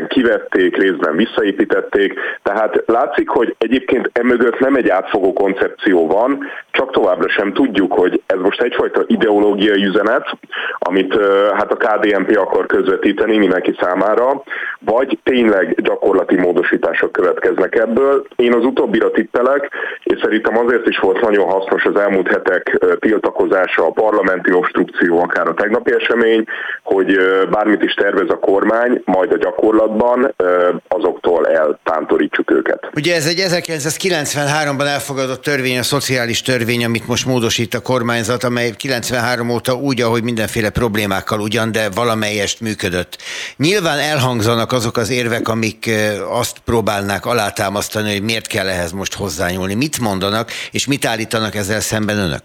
kivették, részben visszaépítették, tehát látszik, hogy egyébként emögött nem egy átfogó koncepció van, csak továbbra sem tudjuk, hogy ez most egyfajta ideológiai üzenet, amit hát a ká dé en pé akar közvetíteni mindenki számára, vagy tényleg gyakorlati módosítások következnek ebből. Én az utóbbira tippelek, és szerintem azért is volt nagyon hasznos az elmúlt hetek tiltakozása, a parlamenti obstrukció, akár a tegnapi esemény, hogy bármit is tervez a kormány, majd a gyakorlatban azoktól eltántorítsuk őket. Ugye ez egy ezerkilencszázkilencvenháromban elfogadott törvény, a szociális törvény, amit most módosít a kormányzat, amely kilencvenhárom óta úgy, ahogy mindenféle problémákkal ugyan, de valamelyest működött. Nyilván elhangzanak azok az érvek, amik azt próbálnák alátámasztani, hogy miért kell ehhez most hozzányúlni. Mit mondanak, és mit állítanak ezzel szemben önök?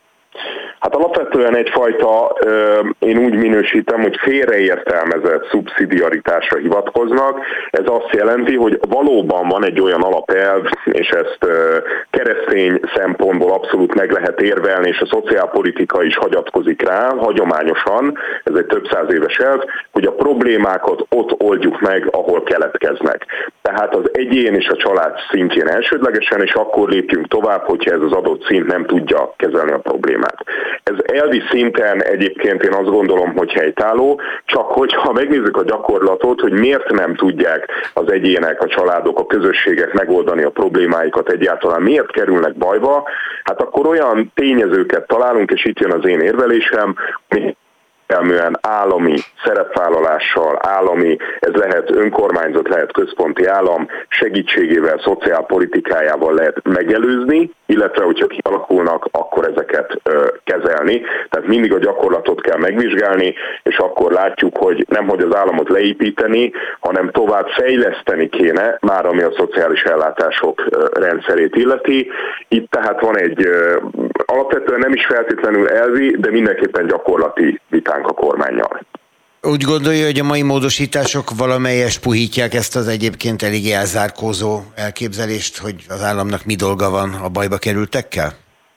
Hát alapvetően egyfajta, én úgy minősítem, hogy félreértelmezett szubszidiaritásra hivatkoznak. Ez azt jelenti, hogy valóban van egy olyan alapelv, és ezt keresztény szempontból abszolút meg lehet érvelni, és a szociálpolitika is hagyatkozik rá, hagyományosan, ez egy több száz éves elv, hogy a problémákat ott oldjuk meg, ahol keletkeznek. Tehát az egyén és a család szintjén elsődlegesen, és akkor lépjünk tovább, hogyha ez az adott szint nem tudja kezelni a problémát. Ez elvi szinten egyébként én azt gondolom, hogy helytálló, csak hogyha megnézzük a gyakorlatot, hogy miért nem tudják az egyének, a családok, a közösségek megoldani a problémáikat egyáltalán, miért kerülnek bajba, hát akkor olyan tényezőket találunk, és itt jön az én érvelésem, egyértelműen állami szerepvállalással, állami, ez lehet önkormányzat, lehet központi állam segítségével, szociálpolitikájával lehet megelőzni, illetve hogyha kialakulnak, akkor ezeket ö, kezelni. Tehát mindig a gyakorlatot kell megvizsgálni, és akkor látjuk, hogy nemhogy az államot leépíteni, hanem tovább fejleszteni kéne, már ami a szociális ellátások ö, rendszerét illeti. Itt tehát van egy ö, alapvetően nem is feltétlenül elvi, de mindenképpen gyakorlati vitánk a kormánnyal. Úgy gondolja, hogy a mai módosítások valamelyest puhítják ezt az egyébként elég elzárkózó elképzelést, hogy az államnak mi dolga van a bajba kerültekkel?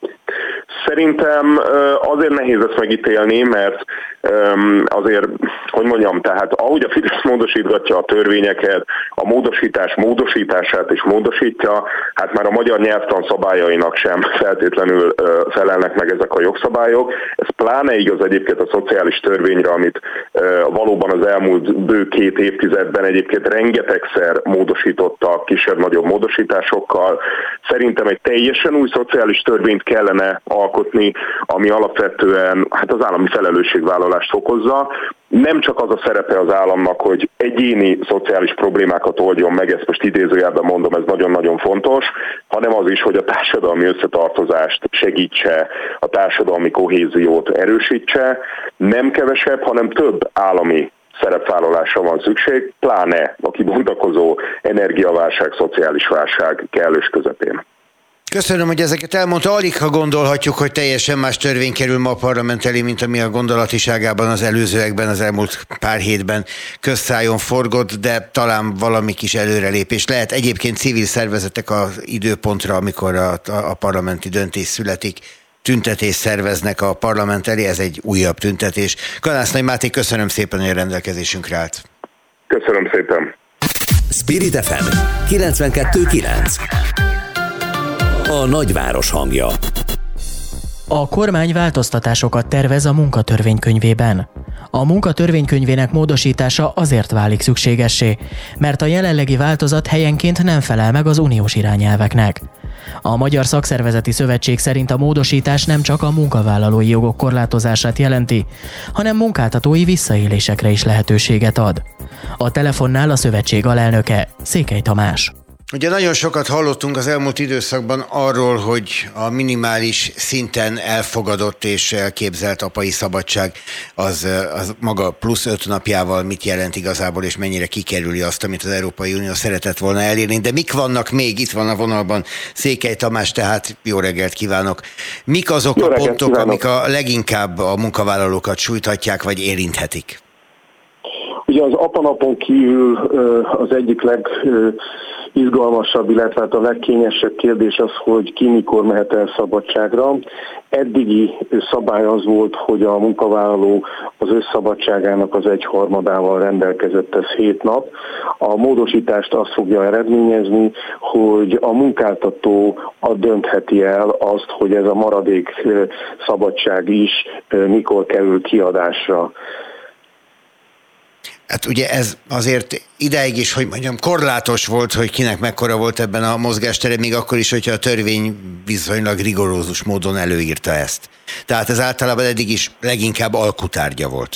Szerintem azért nehéz ezt megítélni, mert azért, hogy mondjam, tehát ahogy a Fidesz módosítgatja a törvényeket, a módosítás módosítását is módosítja, hát már a magyar nyelvtan szabályainak sem feltétlenül felelnek meg ezek a jogszabályok. Ez pláne igaz egyébként a szociális törvényre, amit valóban az elmúlt bő két évtizedben egyébként rengetegszer módosítottak kisebb-nagyobb módosításokkal. Szerintem egy teljesen új szociális törvényt kellene alkotni, ami alapvetően hát az állami felelősségvállalást fokozza. Nem csak az a szerepe az államnak, hogy egyéni szociális problémákat oldjon meg, ezt most idézőjelben mondom, ez nagyon-nagyon fontos, hanem az is, hogy a társadalmi összetartozást segítse, a társadalmi kohéziót erősítse. Nem kevesebb, hanem több állami szerepvállalásra van szükség, pláne a kibontakozó energiaválság, szociális válság kellős közepén. Köszönöm, hogy ezeket elmondta. Alig ha gondolhatjuk, hogy teljesen más törvény kerül ma a parlament elé, mint ami a gondolatiságában az előzőekben, az elmúlt pár hétben közszájon forgott, de talán valami kis előrelépés lehet. Egyébként civil szervezetek az időpontra, amikor a, a parlamenti döntés születik, tüntetést szerveznek a parlament elé, ez egy újabb tüntetés. Kanásznai Máté, köszönöm szépen, hogy a rendelkezésünkre állt. Köszönöm szépen. Spirit ef em kilencvenkettő kilenc. A nagyváros hangja. A kormány változtatásokat tervez a munkatörvénykönyvében. A munkatörvénykönyvének módosítása azért válik szükségessé, mert a jelenlegi változat helyenként nem felel meg az uniós irányelveknek. A Magyar Szakszervezeti Szövetség szerint a módosítás nem csak a munkavállalói jogok korlátozását jelenti, hanem munkáltatói visszaélésekre is lehetőséget ad. A telefonnál a szövetség alelnöke, Székely Tamás. Ugye nagyon sokat hallottunk az elmúlt időszakban arról, hogy a minimális szinten elfogadott és elképzelt apai szabadság az, az maga plusz öt napjával mit jelent igazából, és mennyire kikerüli azt, amit az Európai Unió szeretett volna elérni. De mik vannak még? Itt van a vonalban Székely Tamás, tehát jó reggelt kívánok. Mik azok jó a pontok, kívánok, amik a leginkább a munkavállalókat sújthatják, vagy érinthetik? Ugye az apanapon kívül az egyik legizgalmasabb, illetve hát a legkényesebb kérdés az, hogy ki mikor mehet el szabadságra. Eddigi szabály az volt, hogy a munkavállaló az összszabadságának az egyharmadával rendelkezett, ez hét nap. A módosítást azt fogja eredményezni, hogy a munkáltató döntheti el azt, hogy ez a maradék szabadság is mikor kerül kiadásra. Hát ugye ez azért ideig is, hogy mondjam, korlátos volt, hogy kinek mekkora volt ebben a mozgástere, még akkor is, hogyha a törvény viszonylag rigorózus módon előírta ezt. Tehát ez általában eddig is leginkább alkutárgya volt.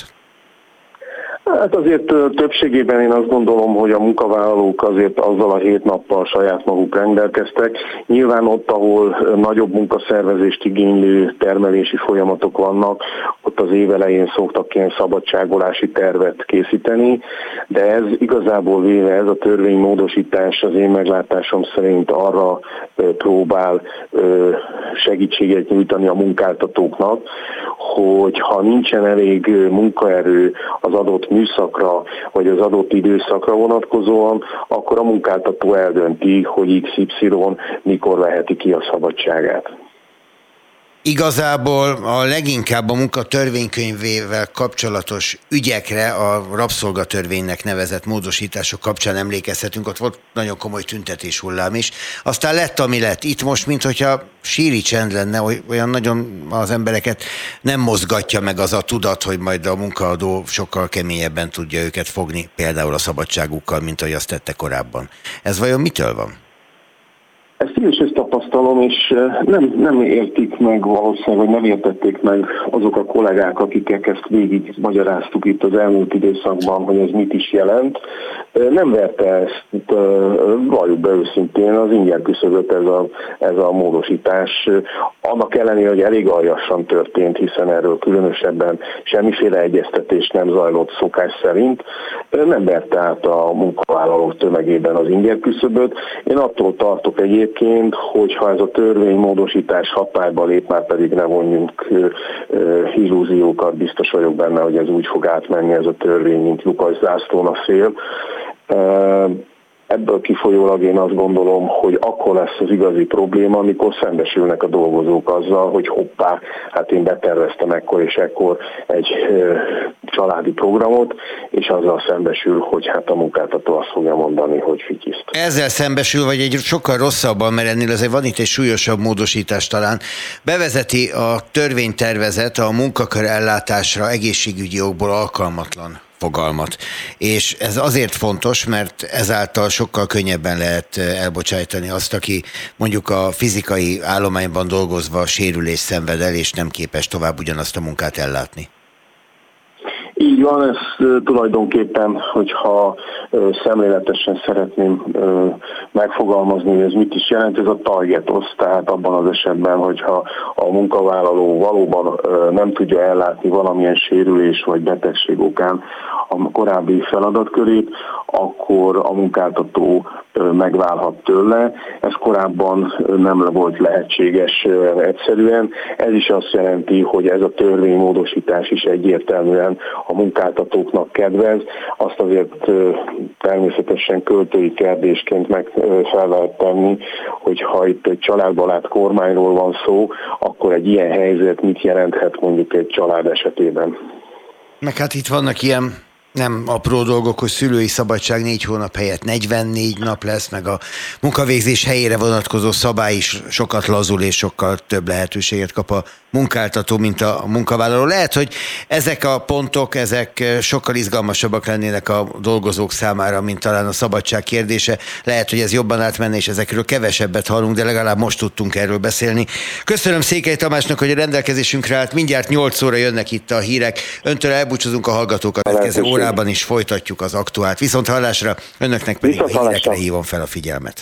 Hát azért többségében én azt gondolom, hogy a munkavállalók azért azzal a hét nappal saját maguk rendelkeztek. Nyilván ott, ahol nagyobb munkaszervezést igénylő termelési folyamatok vannak, ott az év elején szoktak ilyen szabadságolási tervet készíteni, de ez igazából véve ez a törvénymódosítás az én meglátásom szerint arra próbál segítséget nyújtani a munkáltatóknak, hogy ha nincsen elég munkaerő az adott műszakra, vagy az adott időszakra vonatkozóan, akkor a munkáltató eldönti, hogy iksz ipszilon mikor veheti ki a szabadságát. Igazából a leginkább a munka törvénykönyvével kapcsolatos ügyekre a rabszolgatörvénynek nevezett módosítások kapcsán emlékezhetünk, ott volt nagyon komoly tüntetés hullám is. Aztán lett, ami lett. Itt most, minthogyha síri csend lenne, olyan nagyon az embereket nem mozgatja meg az a tudat, hogy majd a munkaadó sokkal keményebben tudja őket fogni, például a szabadságukkal, mint ahogy azt tette korábban. Ez vajon mitől van? Ezt én is ezt tapasztalom, és nem, nem értik meg valószínűleg, vagy nem értették meg azok a kollégák, akiknek ezt végig magyaráztuk itt az elmúlt időszakban, hogy ez mit is jelent. Nem verte ezt, valljuk be őszintén, az ingyen küszöböt ez a, ez a módosítás. Annak ellenére, hogy elég aljasan történt, hiszen erről különösebben semmiféle egyeztetés nem zajlott szokás szerint, nem verte át a munkavállalók tömegében az ingyen küszöböt. Én attól tartok egyébként, Egyébként, hogyha ez a törvénymódosítás hatályba lép, már pedig ne vonjunk illúziókat, biztos vagyok benne, hogy ez úgy fog átmenni ez a törvény, mint Lukas zászlón a szél. Ebből kifolyólag én azt gondolom, hogy akkor lesz az igazi probléma, amikor szembesülnek a dolgozók azzal, hogy hoppá, hát én beterveztem ekkor és ekkor egy ö, családi programot, és azzal szembesül, hogy hát a munkáltató azt fogja mondani, hogy fityiszt. Ezzel szembesül, vagy egy sokkal rosszabban, mert ennél azért van itt egy súlyosabb módosítás talán. Bevezeti a törvénytervezet a munkakör ellátásra egészségügyi okból alkalmatlan fogalmat. És ez azért fontos, mert ezáltal sokkal könnyebben lehet elbocsájtani azt, aki mondjuk a fizikai állományban dolgozva sérülés szenved el, és nem képes tovább ugyanazt a munkát ellátni. Így van, ez tulajdonképpen, hogyha szemléletesen szeretném megfogalmazni, hogy ez mit is jelent, ez a targetos, tehát abban az esetben, hogyha a munkavállaló valóban nem tudja ellátni valamilyen sérülés vagy betegség okán a korábbi feladatkörét, akkor a munkáltató megválhat tőle. Ez korábban nem volt lehetséges egyszerűen. Ez is azt jelenti, hogy ez a törvénymódosítás is egyértelműen a munkáltatóknak kedvez. Azt azért természetesen költői kérdésként meg fel lehet tenni, hogy ha itt egy családbarát kormányról van szó, akkor egy ilyen helyzet mit jelenthet mondjuk egy család esetében. Meg hát itt vannak ilyen nem apró dolgok, hogy szülői szabadság négy hónap helyett negyvennégy nap lesz, meg a munkavégzés helyére vonatkozó szabály is sokat lazul, és sokkal több lehetőséget kap a munkáltató, mint a munkavállaló. Lehet, hogy ezek a pontok, ezek sokkal izgalmasabbak lennének a dolgozók számára, mint talán a szabadság kérdése. Lehet, hogy ez jobban átmenne, és ezekről kevesebbet hallunk, de legalább most tudtunk erről beszélni. Köszönöm Székely Tamásnak, hogy a rendelkezésünkre állt. Mindjárt nyolc óra jönnek itt a hírek. Öntől elbúcsúzunk a hallgatókat. A következő órában is folytatjuk az aktuált. Viszont hallásra, önöknek pedig Viszont a hírekre hívom fel a figyelmet.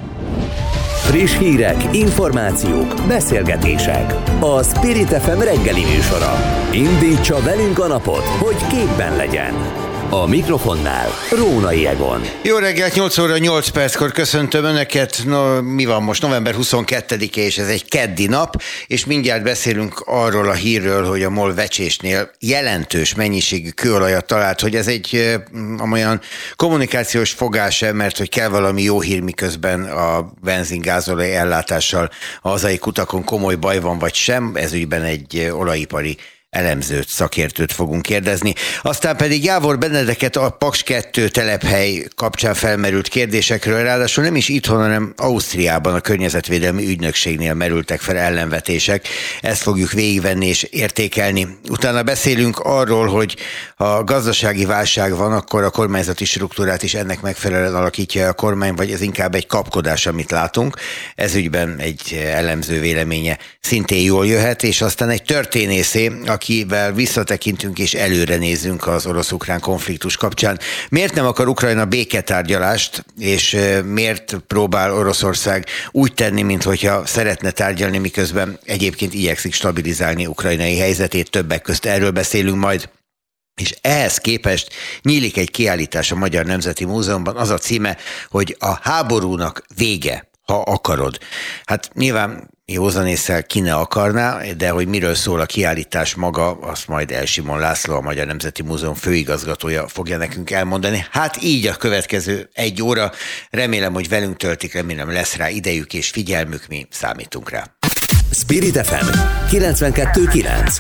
Friss hírek, információk, beszélgetések. A Spirit ef em reggeli műsora. Indítsa velünk a napot, hogy képben legyen. A mikrofonnál Rónai Egon. Jó reggelt, nyolc óra nyolc perckor köszöntöm Önöket. No, mi van most? november huszonkettedike, és ez egy keddi nap, és mindjárt beszélünk arról a hírről, hogy a MOL vecsésnél jelentős mennyiségű kőolajat talált, hogy ez egy olyan kommunikációs fogás-e, mert hogy kell valami jó hír, miközben a benzin-gázolaj ellátással a hazai kutakon komoly baj van, vagy sem. Ez ügyben egy olajipari elemzőt, szakértőt fogunk kérdezni. Aztán pedig Jávor Benedeket a Paks kettő telephely kapcsán felmerült kérdésekről, ráadásul nem is itthon, hanem Ausztriában a környezetvédelmi ügynökségnél merültek fel ellenvetések. Ezt fogjuk végigvenni és értékelni. Utána beszélünk arról, hogy ha gazdasági válság van, akkor a kormányzati struktúrát is ennek megfelelően alakítja a kormány, vagy ez inkább egy kapkodás, amit látunk. Ez ügyben egy elemző véleménye szintén jól jöhet, és aztán egy történészé, akivel visszatekintünk és előre nézünk az orosz-ukrán konfliktus kapcsán. Miért nem akar Ukrajna béketárgyalást, és miért próbál Oroszország úgy tenni, minthogyha szeretne tárgyalni, miközben egyébként igyekszik stabilizálni ukrajnai helyzetét, többek közt erről beszélünk majd. És ehhez képest nyílik egy kiállítás a Magyar Nemzeti Múzeumban, az a címe, hogy a háborúnak vége, ha akarod. Hát nyilván józanésszel ki ne akarná, de hogy miről szól a kiállítás maga, azt majd Elsimon László, a Magyar Nemzeti Múzeum főigazgatója fogja nekünk elmondani. Hát így a következő egy óra. Remélem, hogy velünk töltik, remélem lesz rá idejük és figyelmük, mi számítunk rá. Spirit ef em kilencvenkettő kilenc.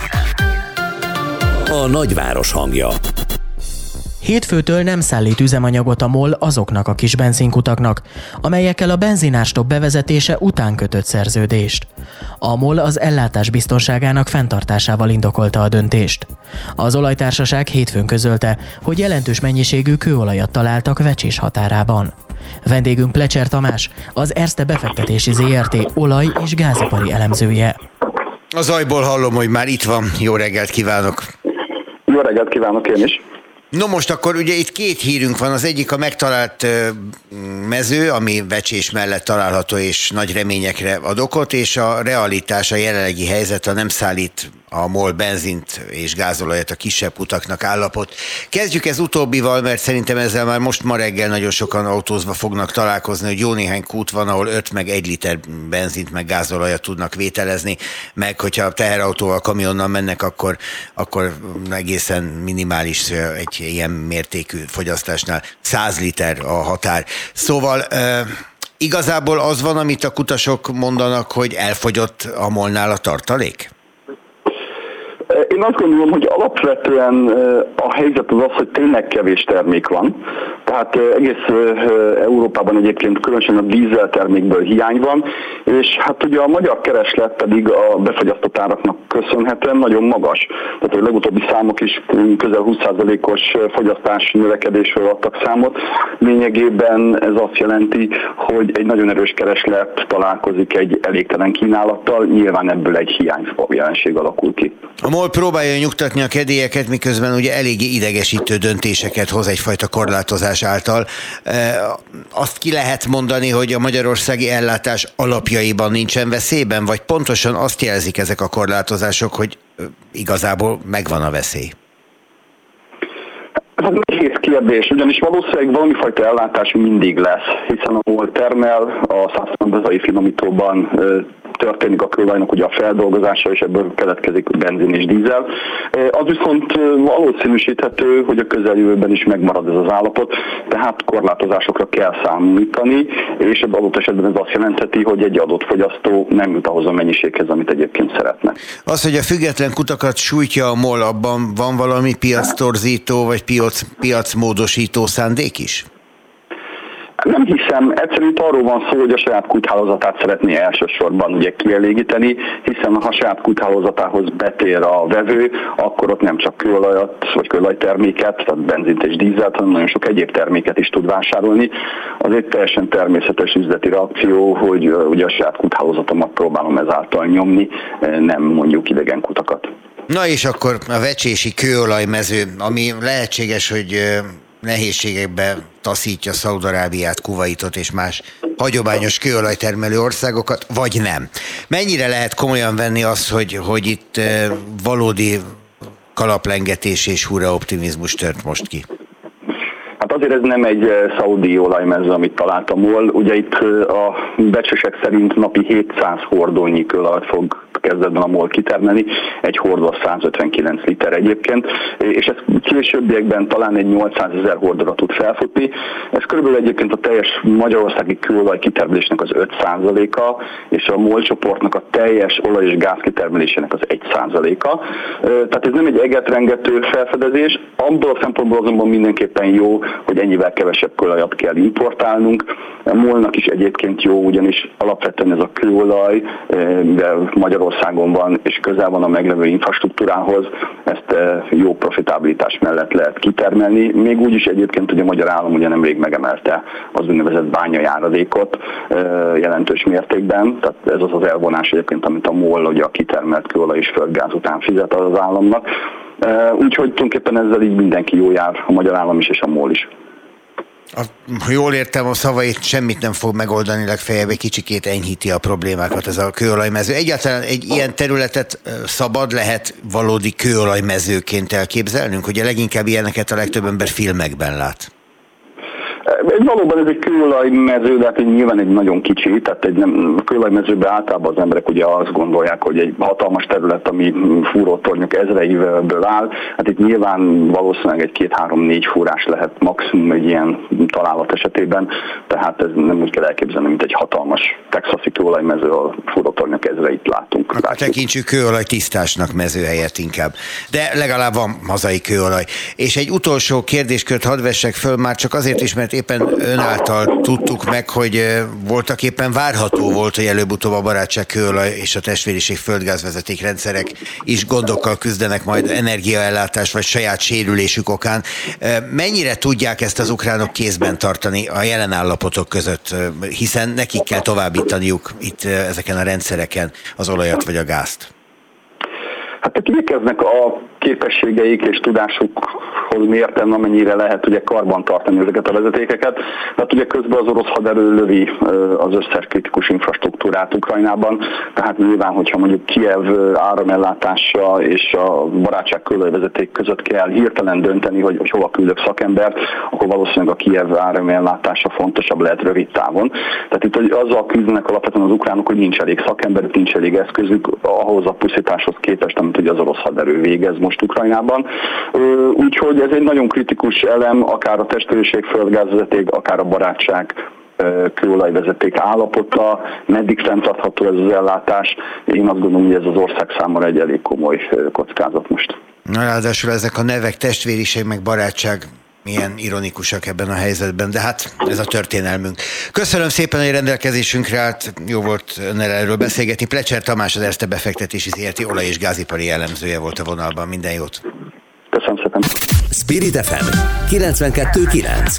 A nagyváros hangja. Hétfőtől nem szállít üzemanyagot a MOL azoknak a kis benzinkutaknak, amelyekkel a benzinárstop bevezetése után kötött szerződést. A MOL az ellátás biztonságának fenntartásával indokolta a döntést. Az olajtársaság hétfőn közölte, hogy jelentős mennyiségű kőolajat találtak vecsés határában. Vendégünk Plecser Tamás, az Erste befektetési zé er té olaj- és gázipari elemzője. Az zajból hallom, hogy már itt van. Jó reggelt kívánok! Jó reggelt kívánok én is! No most akkor ugye itt két hírünk van, az egyik a megtalált mező, ami vecsés mellett található és nagy reményekre ad okot, és a realitás, a jelenlegi helyzet, a nem szállít a MOL benzint és gázolajat a kisebb kutaknak állapot. Kezdjük ez utóbbival, mert szerintem ezzel már most ma reggel nagyon sokan autózva fognak találkozni, hogy jó néhány kút van, ahol öt meg egy liter benzint meg gázolajat tudnak vételezni, meg hogyha teherautóval, kamionnal mennek, akkor, akkor egészen minimális egy ilyen mértékű fogyasztásnál száz liter a határ. Szóval e, igazából az van, amit a kutasok mondanak, hogy elfogyott a MOL-nál a tartalék? Én azt gondolom, hogy alapvetően a helyzet az az, hogy tényleg kevés termék van. Tehát egész Európában egyébként különösen a dízel termékből hiány van, és hát ugye a magyar kereslet pedig a befagyasztott áraknak köszönhetően nagyon magas. Tehát a legutóbbi számok is közel húsz százalékos fogyasztás növekedésről adtak számot. Lényegében ez azt jelenti, hogy egy nagyon erős kereslet találkozik egy elégtelen kínálattal, nyilván ebből egy hiányjelenség alakul ki. A MOL próbálja nyugtatni a kedélyeket, miközben ugye eléggé idegesítő döntéseket hoz egyfajta korlátozás által. Azt ki lehet mondani, hogy a magyarországi ellátás alapjaiban nincsen veszélyben, vagy pontosan azt jelzik ezek a korlátozások, hogy igazából megvan a veszély? Ez egy nehéz kérdés, ugyanis valószínűleg valami fajta ellátás mindig lesz, hiszen a MOL termel, a szászmondozai finomítóban történik a kőolajnak ugye a feldolgozása, és ebből keletkezik benzin és dízel. Az viszont valószínűsíthető, hogy a közeljövőben is megmarad ez az állapot, tehát korlátozásokra kell számítani, és az adott esetben ez azt jelentheti, hogy egy adott fogyasztó nem jut ahhoz a mennyiséghez, amit egyébként szeretne. Az, hogy a független kutakat sújtja a MOL, abban van valami piactorzító vagy piac, piacmódosító szándék is? Nem hiszem, egyszerűen arról van szó, hogy a saját kúthálózatát szeretné elsősorban ugye kielégíteni, hiszen ha a saját kúthálózatához betér a vevő, akkor ott nem csak kőolajat vagy kőolajterméket, tehát benzint és dízelt, hanem nagyon sok egyéb terméket is tud vásárolni. Az egy teljesen természetes üzleti reakció, hogy ugye a saját kúthálózatomat próbálom ezáltal nyomni, nem mondjuk idegen kutakat. Na és akkor a vecsési kőolajmező, ami lehetséges, hogy nehézségekbe taszítja Szaúd-Arábiát, Kuvaitot és más hagyományos kőolajtermelő országokat, vagy nem. Mennyire lehet komolyan venni azt, hogy, hogy itt valódi kalaplengetés és hurra optimizmus tört most ki? azért ez nem egy szaudi olajmező, amit talált a MOL. Ugye itt a becslések szerint napi hétszáz hordónyi kőolajat fog kezdetben a MOL kitermelni, egy hordó százötvenkilenc liter egyébként, és ez későbbiekben talán egy nyolcszázezer hordóra tud felfutni. Ez körülbelül egyébként a teljes magyarországi kőolaj kitermelésnek az öt százaléka, és a MOL csoportnak a teljes olaj- és gáz kitermelésének az egy százaléka. Tehát ez nem egy egetrengető felfedezés, abból a szempontból azonban mindenképpen jó, hogy ennyivel kevesebb kőolajat kell importálnunk. A MOL-nak is egyébként jó, ugyanis alapvetően ez a kőolaj, mivel Magyarországon van és közel van a meglevő infrastruktúrához, ezt jó profitabilitás mellett lehet kitermelni. Még úgy is egyébként, hogy a magyar állam ugye nemrég megemelte az úgynevezett bányajáradékot jelentős mértékben, tehát ez az az elvonás egyébként, amit a MOL ugye a kitermelt kőolaj és földgáz után fizet az államnak. Úgyhogy tulajdonképpen ezzel így mindenki jól jár, a magyar állam is és a MOL is. Ha jól értem a szavait, semmit nem fog megoldani, legfeljebb egy kicsikét enyhíti a problémákat ez a kőolajmező. Egyáltalán egy ilyen területet szabad lehet valódi kőolajmezőként elképzelnünk? Ugye leginkább ilyeneket a legtöbb ember filmekben lát. Valóban ez egy kőolajmező, de hát nyilván egy nagyon kicsi, tehát egy nem, a kőolajmezőben általában az emberek ugye azt gondolják, hogy egy hatalmas terület, ami fúrótornyok ezreiből áll, hát itt nyilván valószínűleg egy két-három-négy fúrás lehet maximum egy ilyen találat esetében, tehát ez nem úgy kell elképzelni, mint egy hatalmas texasi kőolajmező, a fúrótornyok ezreit látunk. Akkor tekintsük kőolaj tisztásnak mező helyett inkább. De legalább van hazai kőolaj. És egy utolsó kérdéskört hadd vessek föl, már csak azért is, mert éppen ön által tudtuk meg, hogy voltak éppen várható volt, hogy előbb-utóbb a barátság kőolaj és a testvériség földgázvezetékrendszerek is gondokkal küzdenek majd energiaellátás vagy saját sérülésük okán. Mennyire tudják ezt az ukránok kézben tartani a jelen állapotok között, hiszen nekik kell továbbítaniuk itt ezeken a rendszereken az olajat vagy a gázt? Hát igyekeznek a képességeik és tudásukhoz mérten, amennyire lehet ugye karban tartani ezeket a vezetékeket. Tehát ugye közben az orosz haderő lövi az összes kritikus infrastruktúrát Ukrajnában, tehát nyilván, hogyha mondjuk Kijev áramellátása és a barátság kőolajvezeték között kell hirtelen dönteni, hogy, hogy hova küldök szakembert, akkor valószínűleg a Kijev áramellátása fontosabb lehet rövid távon. Tehát itt hogy azzal küzdenek alapvetően az ukránok, hogy nincs elég szakemberük, nincs elég eszközük ahhoz a pusztításhoz képest, amit ugye az orosz haderő végez most Ukrajnában. Úgyhogy ez egy nagyon kritikus elem, akár a testvériség földgázvezeték, akár a barátság kőolajvezeték állapota, meddig fenntartható ez az ellátás. Én azt gondolom, hogy ez az ország számára egy elég komoly kockázat most. Na, ráadásul ezek a nevek, testvériség meg barátság milyen ironikusak ebben a helyzetben, de hát ez a történelmünk. Köszönöm szépen, hogy rendelkezésünkre állt, jó volt önnel erről beszélgetni. Plecser Tamás, az Erste Befektetési zé er té olaj- és gázipari elemzője volt a vonalban. Minden jót! Köszönöm szépen! Spirit ef em kilencvenkettő kilenc.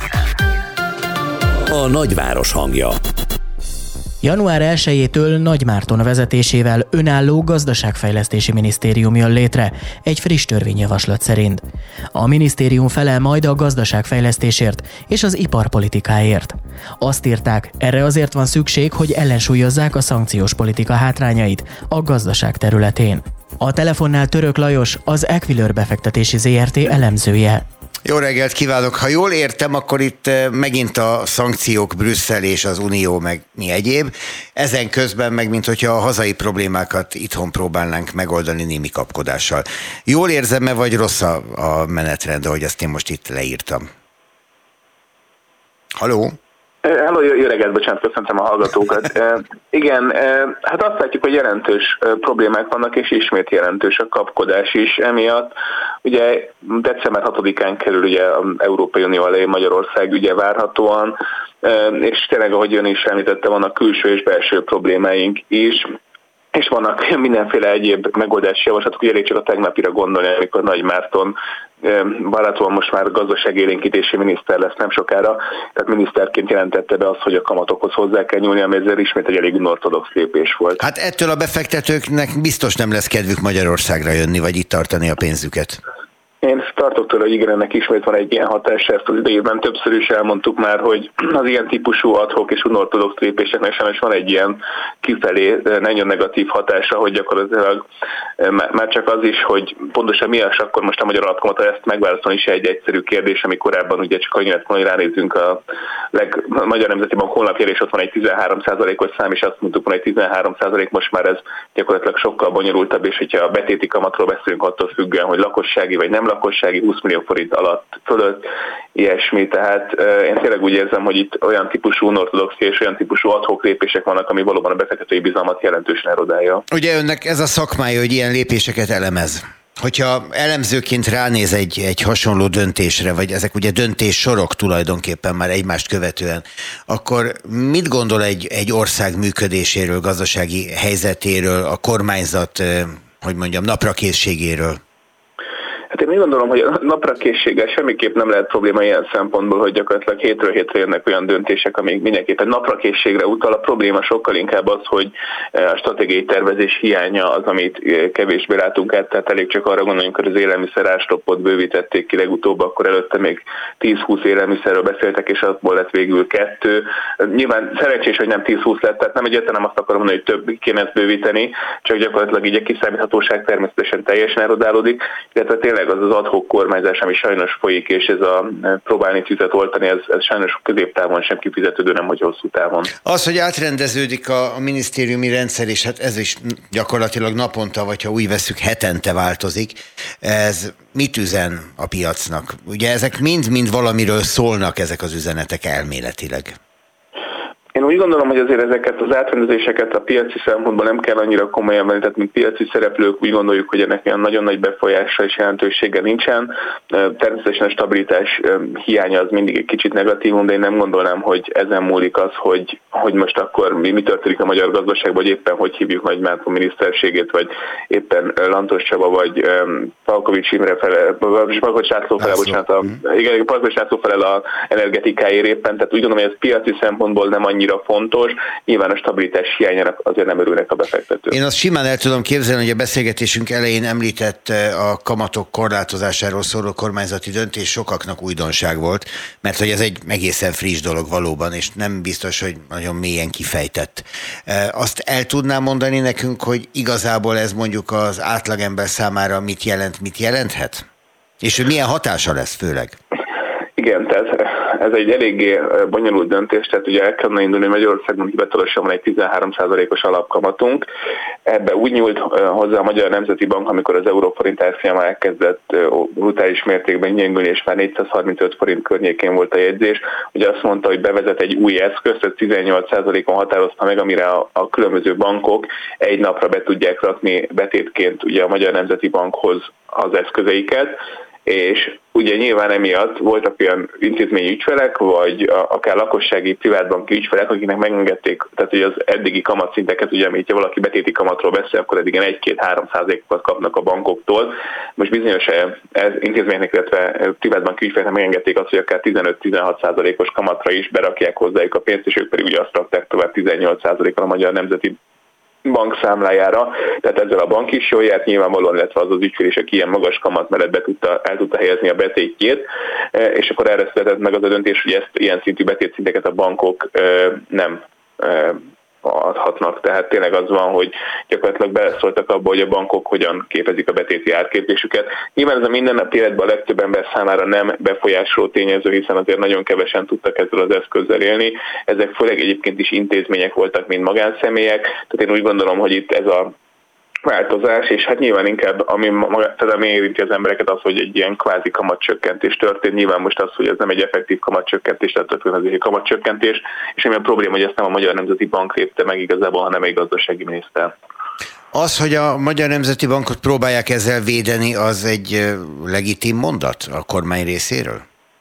A nagyváros hangja. január elsejétől Nagy Márton vezetésével önálló gazdaságfejlesztési minisztérium jön létre, egy friss törvényjavaslat szerint. A minisztérium felel majd a gazdaságfejlesztésért és az iparpolitikáért. Azt írták, erre azért van szükség, hogy ellensúlyozzák a szankciós politika hátrányait a gazdaság területén. A telefonnál Török Lajos, az Equilor Befektetési zé er té elemzője. Jó reggelt kívánok! Ha jól értem, akkor itt megint a szankciók, Brüsszel és az Unió meg mi egyéb. Ezen közben meg, mint hogyha a hazai problémákat itthon próbálnánk megoldani némi kapkodással. Jól érzem-e, vagy rossz a, a menetrend, ahogy azt én most itt leírtam? Haló? Hello, jó reggelt, bocsánat, köszöntöm a hallgatókat. E, igen, e, hát azt látjuk, hogy jelentős problémák vannak, és ismét jelentős a kapkodás is emiatt. Ugye december hatodikán kerül ugye az Európai Unió elé Magyarország ügye várhatóan, e, és tényleg, ahogy ön is említette, vannak külső és belső problémáink is. És vannak mindenféle egyéb megoldási javaslatok, hogy elég csak a tegnapira gondolni, amikor Nagy Márton várhatóan most már gazdaságélénkítési miniszter lesz nem sokára, tehát miniszterként jelentette be azt, hogy a kamatokhoz hozzá kell nyúlni, ami ezzel ismét egy elég unortodox lépés volt. Hát ettől a befektetőknek biztos nem lesz kedvük Magyarországra jönni, vagy itt tartani a pénzüket. Én tartok tőle, hogy igen, ennek ismét van egy ilyen hatása, ezt az idejében többször is elmondtuk már, hogy az ilyen típusú ad hoc és unortodox lépéseknek sajnos van egy ilyen kifelé nagyon negatív hatása, hogy gyakorlatilag már csak az is, hogy pontosan mi az, akkor most a magyar alapkamata, ezt megválaszolni is egy egyszerű kérdés, ami korábban ugye csak annyira, hogy ránézzünk a leg, a Magyar Nemzeti Bank honlapjára, és ott van egy tizenhárom százalékos szám, és azt mondtuk, hogy tizenhárom százalék, most már ez gyakorlatilag sokkal bonyolultabb, és hogyha a betéti kamatról beszélünk, attól függően, hogy lakossági vagy nem lakossági, húsz millió forint alatt fölött, ilyesmi. Tehát én tényleg úgy érzem, hogy itt olyan típusú unortodoxia és olyan típusú ad-hoc lépések vannak, ami valóban a befektetői bizalmat jelentősen erodálja. Ugye önnek ez a szakmája, hogy ilyen lépéseket elemez. Hogyha elemzőként ránéz egy, egy hasonló döntésre, vagy ezek ugye döntéssorok tulajdonképpen már egymást követően, akkor mit gondol egy, egy ország működéséről, gazdasági helyzetéről, a kormányzat, hogy mondjam, naprakészségéről? Hát én úgy gondolom, hogy a naprakészséggel semmiképp nem lehet probléma ilyen szempontból, hogy gyakorlatilag hétről hétre jönnek olyan döntések, amik mindenképpen naprakészségre utal. A probléma sokkal inkább az, hogy a stratégiai tervezés hiánya az, amit kevésbé látunk át, tehát elég csak arra gondoljunk, hogy az élelmiszer árstoppot bővítették ki legutóbb, akkor előtte még tíz-húsz élelmiszerről beszéltek, és abból lett végül kettő. Nyilván szerencsés, hogy nem tíz-húsz lett, tehát nem egyáltalán nem azt akarom mondani, hogy több kéne ezt bővíteni, csak gyakorlatilag így a kiszámíthatóság természetesen teljesen erodálódik, illetve tényleg az az ad-hoc kormányzás, ami sajnos folyik, és ez a próbálni tüzet oltani, ez, ez sajnos középtávon sem kifizetődő, nem hogy hosszú távon. Az, hogy átrendeződik a, a minisztériumi rendszer, és hát ez is gyakorlatilag naponta, vagy ha úgy veszük, hetente változik, ez mit üzen a piacnak? Ugye ezek mind-mind valamiről szólnak, ezek az üzenetek elméletileg. Én úgy gondolom, hogy azért ezeket az átrendezéseket a piaci szempontból nem kell annyira komolyan venni, tehát mint piaci szereplők úgy gondoljuk, hogy ennek olyan nagyon nagy befolyása és jelentősége nincsen. Természetesen a stabilitás hiánya az mindig egy kicsit negatívum, de én nem gondolnám, hogy ezen múlik az, hogy, hogy most akkor mi, mi történik a magyar gazdaságban, vagy éppen hogy hívjuk Nagy Márton miniszterségét, vagy éppen Lantos Csaba, vagy Palkovics Imre fele, vagy Palkovics László fele, bocsánat, a, igen, Palkovics László fele a energetikáért éppen, tehát úgy gondolom, hogy ez piaci szempontból nem annyi fontos, nyilván a stabilitás hiányának azért nem örülnek a befektetők. Én azt simán el tudom képzelni, hogy a beszélgetésünk elején említett a kamatok korlátozásáról szóló kormányzati döntés sokaknak újdonság volt, mert hogy ez egy egészen friss dolog valóban, és nem biztos, hogy nagyon mélyen kifejtett. Azt el tudnám mondani nekünk, hogy igazából ez mondjuk az átlagember számára mit jelent, mit jelenthet? És hogy milyen hatása lesz főleg? Igen, tehát ez egy eléggé bonyolult döntés, tehát ugye el kellene indulni, hogy Magyarországon hivatalosan van egy tizenhárom százalékos alapkamatunk. Ebbe úgy nyúlt hozzá a Magyar Nemzeti Bank, amikor az euróforint árfolyama elkezdett brutális mértékben gyengülni, és már négyszázharmincöt forint környékén volt a jegyzés, hogy azt mondta, hogy bevezet egy új eszközt, ez tizennyolc százalékon határozta meg, amire a, a különböző bankok egy napra be tudják rakni betétként ugye a Magyar Nemzeti Bankhoz az eszközeiket, és ugye nyilván emiatt voltak olyan intézményi ügyfelek, vagy akár lakossági privátbanki ügyfelek, akiknek megengedték, tehát hogy az eddigi kamatszinteket, ugye, amit ha valaki betéti kamatról beszél, akkor eddig egy-két-három százalékokat kapnak a bankoktól. Most bizonyos intézményeknek, illetve privátbanki ügyfeleknek megengedték azt, hogy akár tizenöt-tizenhat százalékos kamatra is berakják hozzájuk a pénzt, és ők pedig ugye azt rakták tovább tizennyolc százalékon a Magyar Nemzeti Bank számlájára, tehát ezzel a bank is jól járt nyilvánvalóan, illetve az az ügyfél is, aki ilyen magas kamat mellett be tudta, el tudta helyezni a betétjét, és akkor erre született meg az a döntés, hogy ezt ilyen szintű betétszinteket a bankok nem adhatnak. Tehát tényleg az van, hogy gyakorlatilag beleszóltak abba, hogy a bankok hogyan képezik a betéti árképzésüket. Nyilván ez a mindennapi életben a legtöbb ember számára nem befolyásoló tényező, hiszen azért nagyon kevesen tudtak ezzel az eszközzel élni. Ezek főleg egyébként is intézmények voltak, mint magánszemélyek. Tehát én úgy gondolom, hogy itt ez a változás, és hát nyilván inkább, ami, tehát ami érinti az embereket az, hogy egy ilyen kvázi kamatcsökkentés történt. Nyilván most az, hogy ez nem egy effektív kamatcsökkentés, tehát az egy kamatcsökkentés, és ami a probléma, hogy ezt nem a Magyar Nemzeti Bank lépte meg igazából, hanem egy gazdasági miniszter. Az, hogy a Magyar Nemzeti Bankot próbálják ezzel védeni, az egy legitim mondat a kormány részéről?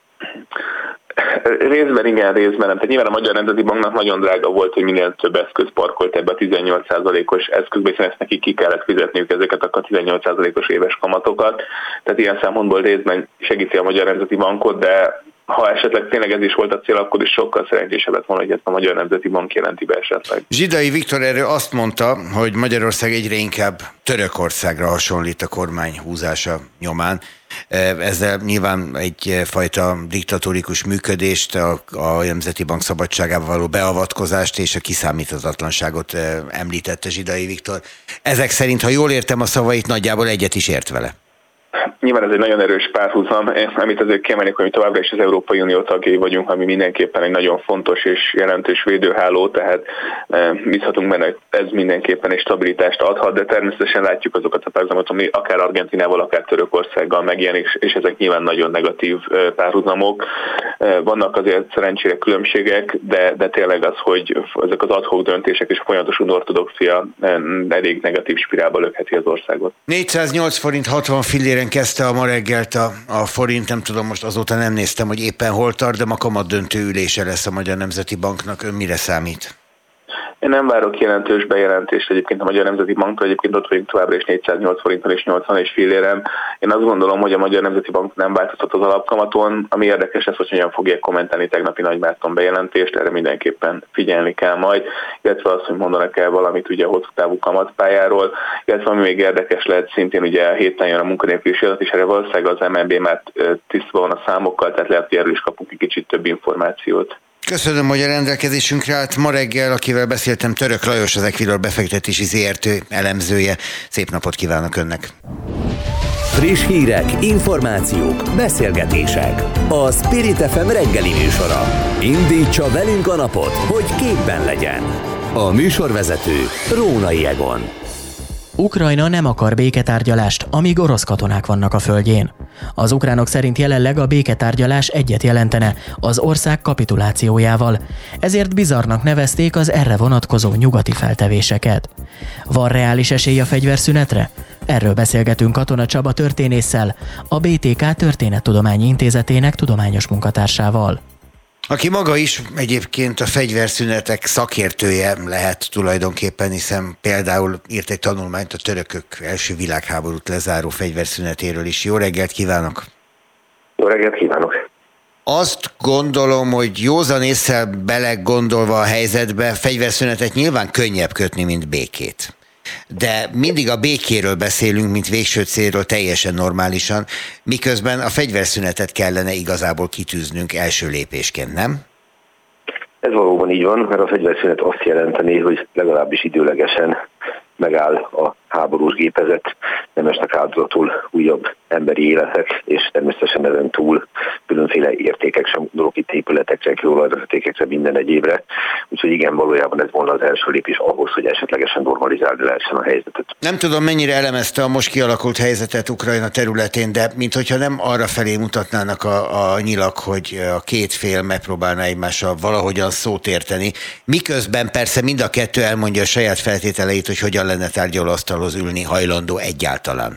Részben igen, részben nem. Tehát nyilván a Magyar Nemzeti Banknak nagyon drága volt, hogy minél több eszköz parkolt ebbe a tizennyolc százalékos eszközbe, hiszen ezt nekik ki kellett fizetniük ezeket a tizennyolc százalékos éves kamatokat. Tehát ilyen szempontból részben segíti a Magyar Nemzeti Bankot, de ha esetleg tényleg ez is volt a cél, akkor is sokkal szerencsésebb lett volna, hogy ezt a Magyar Nemzeti Bank jelenti be esetleg. Zsidai Viktor erről azt mondta, hogy Magyarország egyre inkább Törökországra hasonlít a kormány húzása nyomán. Ezzel nyilván egyfajta diktatórikus működést, a, a Nemzeti Bank szabadságával való beavatkozást és a kiszámíthatatlanságot említette Zsidai Viktor. Ezek szerint, ha jól értem a szavait, nagyjából egyet is ért vele. Nyilván ez egy nagyon erős párhuzam, amit azért kiemelnék, hogy mi továbbra is az Európai Unió tagjai vagyunk, ami mindenképpen egy nagyon fontos és jelentős védőháló, tehát bízhatunk benne, hogy ez mindenképpen egy stabilitást adhat, de természetesen látjuk azokat a párhuzamot, ami akár Argentinával, akár Törökországgal megjelenik, és ezek nyilván nagyon negatív párhuzamok. Vannak azért szerencsére különbségek, de, de tényleg az, hogy ezek az ad hoc döntések és folyamatos ortodoxia elég negatív spirálba lökheti az országot. négyszáznyolc forint hatvan filléren kezdte a ma reggelt a, a forint, nem tudom, most azóta nem néztem, hogy éppen hol tart, de ma kamat döntő ülése lesz a Magyar Nemzeti Banknak. Ön mire számít? Én nem várok jelentős bejelentést egyébként a Magyar Nemzeti Banktól, egyébként ott vagyunk továbbra is négyszáznyolc forinton és nyolcvan és filléren. Én azt gondolom, hogy a Magyar Nemzeti Bank nem változtat az alapkamaton, ami érdekes lesz, hogy hogyan fogják kommentálni tegnapi Nagymárton bejelentést, erre mindenképpen figyelni kell majd, illetve azt, hogy mondanak el valamit ugye a hosszú távú kamatpályáról, illetve ami még érdekes lehet, szintén ugye a héten jön a munkanélküliségi adat, és erre valószínűleg az em en bé már tisztában van a számokkal, tehát lehet, hogy erről is kapunk egy kicsit több információt. Köszönöm, hogy a rendelkezésünkre állt. Ma reggel, akivel beszéltem, Török Lajos, az Equilor befektetési zé er té elemzője. Szép napot kívánok önnek! Friss hírek, információk, beszélgetések. A Spirit ef em reggeli műsora. Indítsa velünk a napot, hogy képben legyen. A műsorvezető Rónai Egon. Ukrajna nem akar béketárgyalást, amíg orosz katonák vannak a földjén. Az ukránok szerint jelenleg a béketárgyalás egyet jelentene az ország kapitulációjával, ezért bizarrnak nevezték az erre vonatkozó nyugati feltevéseket. Van reális esély a fegyverszünetre? Erről beszélgetünk Katona Csaba történésszel, a bé té ká Történettudományi Intézetének tudományos munkatársával. Aki maga is egyébként a fegyverszünetek szakértője lehet tulajdonképpen, hiszen például írt egy tanulmányt a törökök első világháborút lezáró fegyverszünetéről is. Jó reggelt kívánok! Jó reggelt kívánok! Azt gondolom, hogy józan ésszel belegondolva a helyzetbe, fegyverszünetet nyilván könnyebb kötni, mint békét. De mindig a békéről beszélünk, mint végső célról teljesen normálisan, miközben a fegyverszünetet kellene igazából kitűznünk első lépésként, nem? Ez valóban így van, mert a fegyverszünet azt jelenteni, hogy legalábbis időlegesen megáll a háborús gépezet, nem esnek áldozatul újabb emberi életek, és természetesen ezen túl különféle értékek, sem gondolok itt épületekre, kőolajvezetékekre, minden egyébre. Úgyhogy igen, valójában ez volna az első lépés ahhoz, hogy esetlegesen normalizálni lehessen a helyzetet. Nem tudom, mennyire elemezte a most kialakult helyzetet Ukrajna területén, de minthogyha nem arra felé mutatnának a, a nyilak, hogy a két fél megpróbálná egymással valahogyan szót érteni, miközben persze mind a kettő elmondja a saját feltételeit, hogy hogyan lenne tárgyalóasztalhoz ülni hajlandó egyáltalán.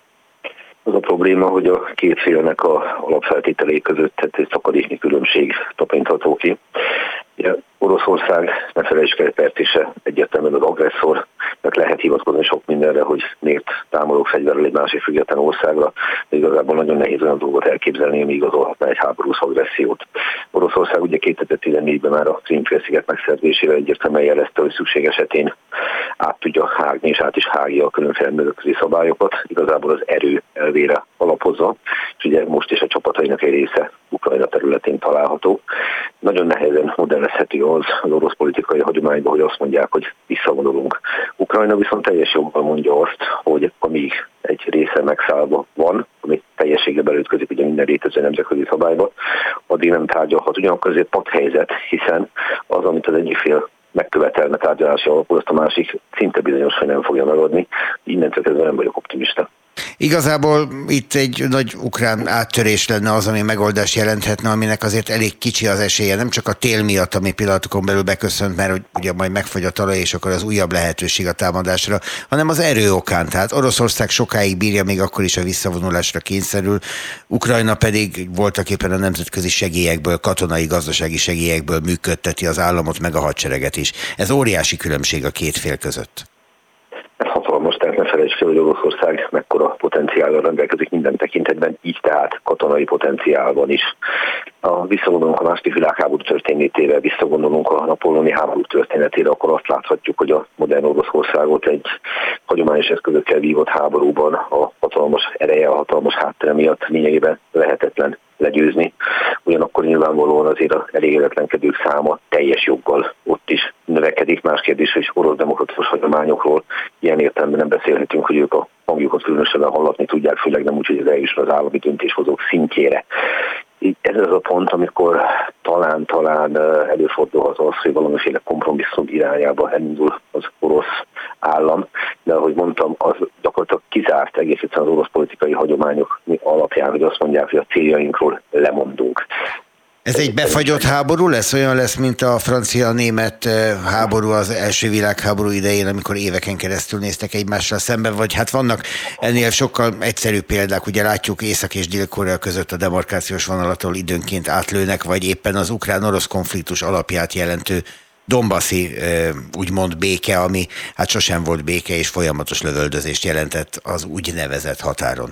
Az a probléma, hogy a két félnek a alapfeltételei között egy szakadéknyi különbség tapintható ki. Ja, Oroszország, ne felejtsük el perc se egyértelműen az agresszor, mert lehet hivatkozni sok mindenre, hogy miért támadok fegyverrel egy másik független országra, de igazából nagyon nehéz olyan dolgot elképzelni, ami igazolhatná egy háborús agressziót. Oroszország ugye kétezer-tizennégyben már a Krím-félsziget megszerzésével egyértelműen jelezte, hogy szükség esetén át tudja hágni, és át is hágja a különféle nemzetközi szabályokat, igazából az erő elvére alapozza, és ugye most is a csapatainak egy része Ukrajna területén található. Nagyon nehezen modellezhető az az orosz politikai hagyományban, hogy azt mondják, hogy visszavonulunk. Ukrajna viszont teljes joggal mondja azt, hogy amíg egy része megszállva van, ami teljességgel belütközik ugye minden létező nemzetközi szabályba, addig nem tárgyalhat. Ugyanakkor azért padhelyzet, hiszen az, amit az egyik fél megkövetelne tárgyalási alapul, azt a másik szinte bizonyos, hogy nem fogja megadni. Innentől kezdve nem vagyok optimista. Igazából itt egy nagy ukrán áttörés lenne az, ami megoldást jelenthetne, aminek azért elég kicsi az esélye, nem csak a tél miatt, ami pillanatokon belül beköszönt, mert hogy ugye majd megfogy a talaj, és akkor az újabb lehetőség a támadásra, hanem az erő okán. Tehát Oroszország sokáig bírja, még akkor is a visszavonulásra kényszerül, Ukrajna pedig voltak éppen a nemzetközi segélyekből, katonai, gazdasági segélyekből működteti az államot, meg a hadsereget is. Ez óriási különbség a két fél között. Ez hatalmas mert ne felejtsd el, hogy Oroszország mekkora potenciállal rendelkezik minden tekintetben, így tehát katonai potenciálban is. Ha visszagondolunk a második világháború történetére, visszagondolunk a napóleoni háború történetére, akkor azt láthatjuk, hogy a modern Oroszországot egy hagyományos eszközökkel vívott háborúban a hatalmas ereje, a hatalmas háttere miatt lényegében lehetetlen legyőzni. Ugyanakkor nyilvánvalóan azért az elégedetlenkedők száma teljes joggal ott is növekedik. Más kérdés, hogy orosz demokratikus hagyományokról ilyen értelemben nem beszélhetünk, hogy ők a hangjukat különösen hallatni tudják, főleg nem úgy, hogy ez eljusson az állami döntéshozók szintjére. Ez az a pont, amikor talán-talán előfordulhat az, hogy valamiféle kompromisszum irányába elindul az orosz állam, de ahogy mondtam, az gyakorlatilag kizárt egész egyszerűen az orosz politikai hagyományok alapján, hogy azt mondják, hogy a céljainkról lemondunk. Ez egy befagyott háború lesz? Olyan lesz, mint a francia-német háború az első világháború idején, amikor éveken keresztül néztek egymással szemben, vagy hát vannak ennél sokkal egyszerűbb példák, ugye látjuk Észak- és Dél-Korea között a demarkációs vonalatól időnként átlőnek, vagy éppen az ukrán-orosz konfliktus alapját jelentő Donbassi úgymond béke, ami hát sosem volt béke, és folyamatos lövöldözést jelentett az úgynevezett határon.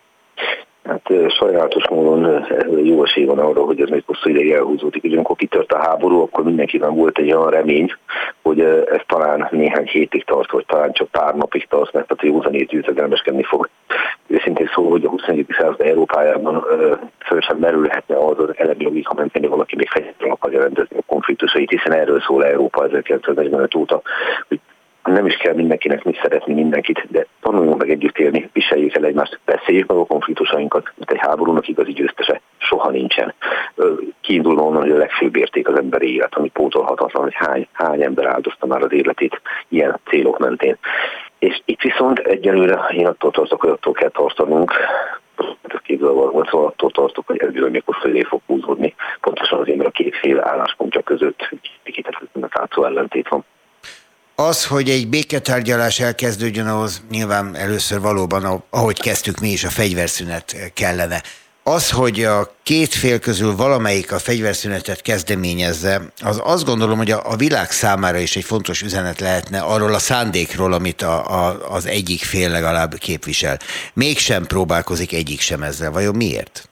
Hát sajátos módon jó esély van arra, hogy ez még hosszú ideig elhúzódik. Ugye amikor kitört a háború, akkor mindenkiben volt egy olyan remény, hogy ez talán néhány hétig tart, vagy talán csak pár napig tart, mert a józanét győzedelmeskedni fog. Őszintén szól, hogy a huszonegyedik század Európájában föl sem merülhetne az az eleglogika menteni, valaki még fegyverrel akarja rendezni a konfliktusait, hiszen erről szól Európa ezerkilencszáznegyvenöt óta, hogy nem is kell mindenkinek mit szeretni mindenkit, de tanuljunk meg együtt élni, viseljük el egymást, beszéljük meg a konfliktusainkat, mert egy háborúnak igazi győztese soha nincsen. Kiindulva onnan, hogy a legfőbb érték az emberi élet, ami pótolhatatlan, hogy hány, hány ember áldozta már az életét ilyen célok mentén. És itt viszont egyelőre én attól tartok, hogy attól kell tartanunk, képzelővalóban, szóval attól tartok, hogy ez bizony még hosszú fog húzódni, pontosan azért, mert a két fél álláspontja között kikítetlenül átszó ellentét van. Az, hogy egy béketárgyalás elkezdődjön, ahhoz nyilván először valóban, ahogy kezdtük mi is, a fegyverszünet kellene. Az, hogy a két fél közül valamelyik a fegyverszünetet kezdeményezze, az azt gondolom, hogy a, a világ számára is egy fontos üzenet lehetne arról a szándékról, amit a, a, az egyik fél legalább képvisel. Mégsem próbálkozik egyik sem ezzel. Vajon miért?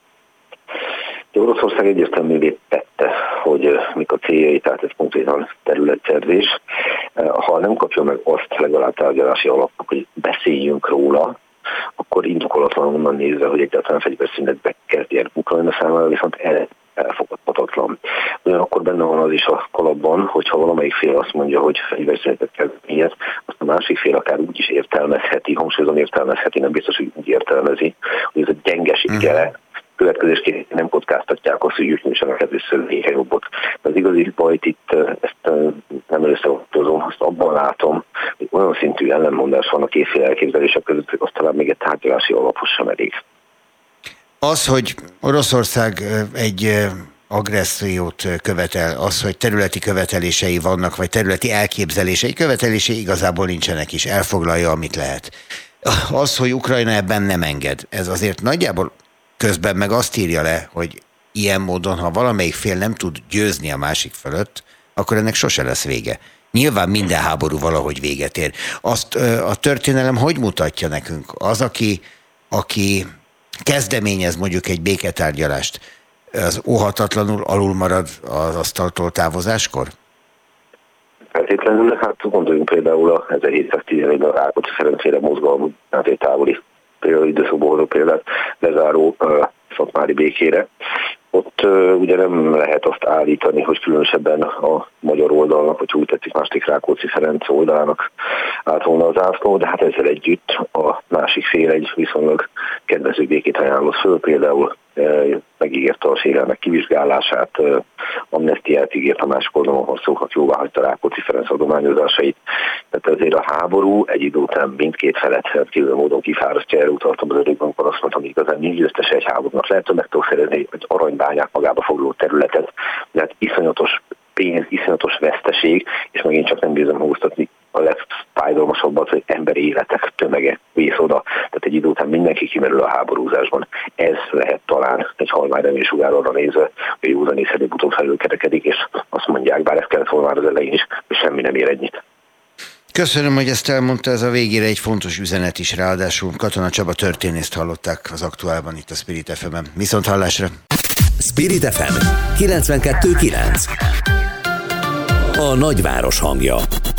Oroszország egyértelművé tette, hogy mik a céljai, tehát ez konkrétan területszerzés. Ha nem kapja meg azt legalább tárgyalási alapnak, hogy beszéljünk róla, akkor indokolatlan onnan nézve, hogy egyáltalán fegyverszünetbe kezdjen Ukrajna számára, viszont el, elfogadhatatlan. Ugyanakkor benne van az is a kalapban, hogyha valamelyik fél azt mondja, hogy fegyverszünetet kezdeményez, azt a másik fél akár úgy is értelmezheti, hangsúlyozom értelmezheti, nem biztos, hogy úgy értelmezi, hogy ez a gyengeséggel következésként nem kockáztatják azt, hogy jutnisanak először néhány jobbot. Az igazi bajt itt, ezt nem összehozom, azt abban látom, hogy olyan szintű ellenmondás van a kétféle elképzelések között, hogy azt talán még egy tárgyalási alaphoz sem elég. Az, hogy Oroszország egy agressziót követel, az, hogy területi követelései vannak, vagy területi elképzelései, követelései igazából nincsenek is, elfoglalja, amit lehet. Az, hogy Ukrajna ebben nem enged, ez azért nagyjából közben meg azt írja le, hogy ilyen módon, ha valamelyik fél nem tud győzni a másik fölött, akkor ennek sose lesz vége. Nyilván minden háború valahogy véget ér. Azt a történelem hogy mutatja nekünk? Az, aki, aki kezdeményez mondjuk egy béketárgyalást, az óhatatlanul alul marad az asztaltól távozáskor? Feltétlenül, hát gondoljunk például a ezerhétszáztizenegyben a Rákóczi Ferencféle mozgalom, hát egy távoli például időszakból hozó példát lezáró uh, szatmári békére. Ott uh, ugye nem lehet azt állítani, hogy különösebben a magyar oldalnak, hogy úgy tetszik, másik Rákóczi Ferenc oldalának állt volna az ászló, de hát ezzel együtt a másik fél egy viszonylag kedvező békét ajánlott föl, például uh, megígérte a sérelmek kivizsgálását, uh, amnesztiát ígért, a másik oldalon hosszúkat jóvá hagyta Rákóczi Ferenc adományozásait. Tehát azért a háború egy idő után mindkét felet rendkívül módon kifárasztja. Erről utaltam az örökben, amikor azt mondtam, hogy igazán nincs győztes egy háborúnak. Lehet, hogy meg tudok szerezni egy aranybányák magába foglaló területet, de hát iszonyatos pénz, iszonyatos veszteség, és megint csak nem bízom húztatni a legfájdalmasabbat, hogy emberi életek tömege vész oda. Tehát egy idő után mindenki kimerül a háborúzásban. Ez lehet talán egy halvány reménysugár arra nézve, hogy józanész előbb-utóbb felülkerekedik, és azt mondják, bár ezt kellett volna már az elején is, hogy semmi nem ér ennyit. Köszönöm, hogy ezt elmondta, ez a végére egy fontos üzenet is, ráadásul Katona Csaba történészt hallották az Aktuálban itt a Spirit ef em-en. Viszont hallásra! Spirit ef em kilencvenkettő kilenc. A nagyváros hangja.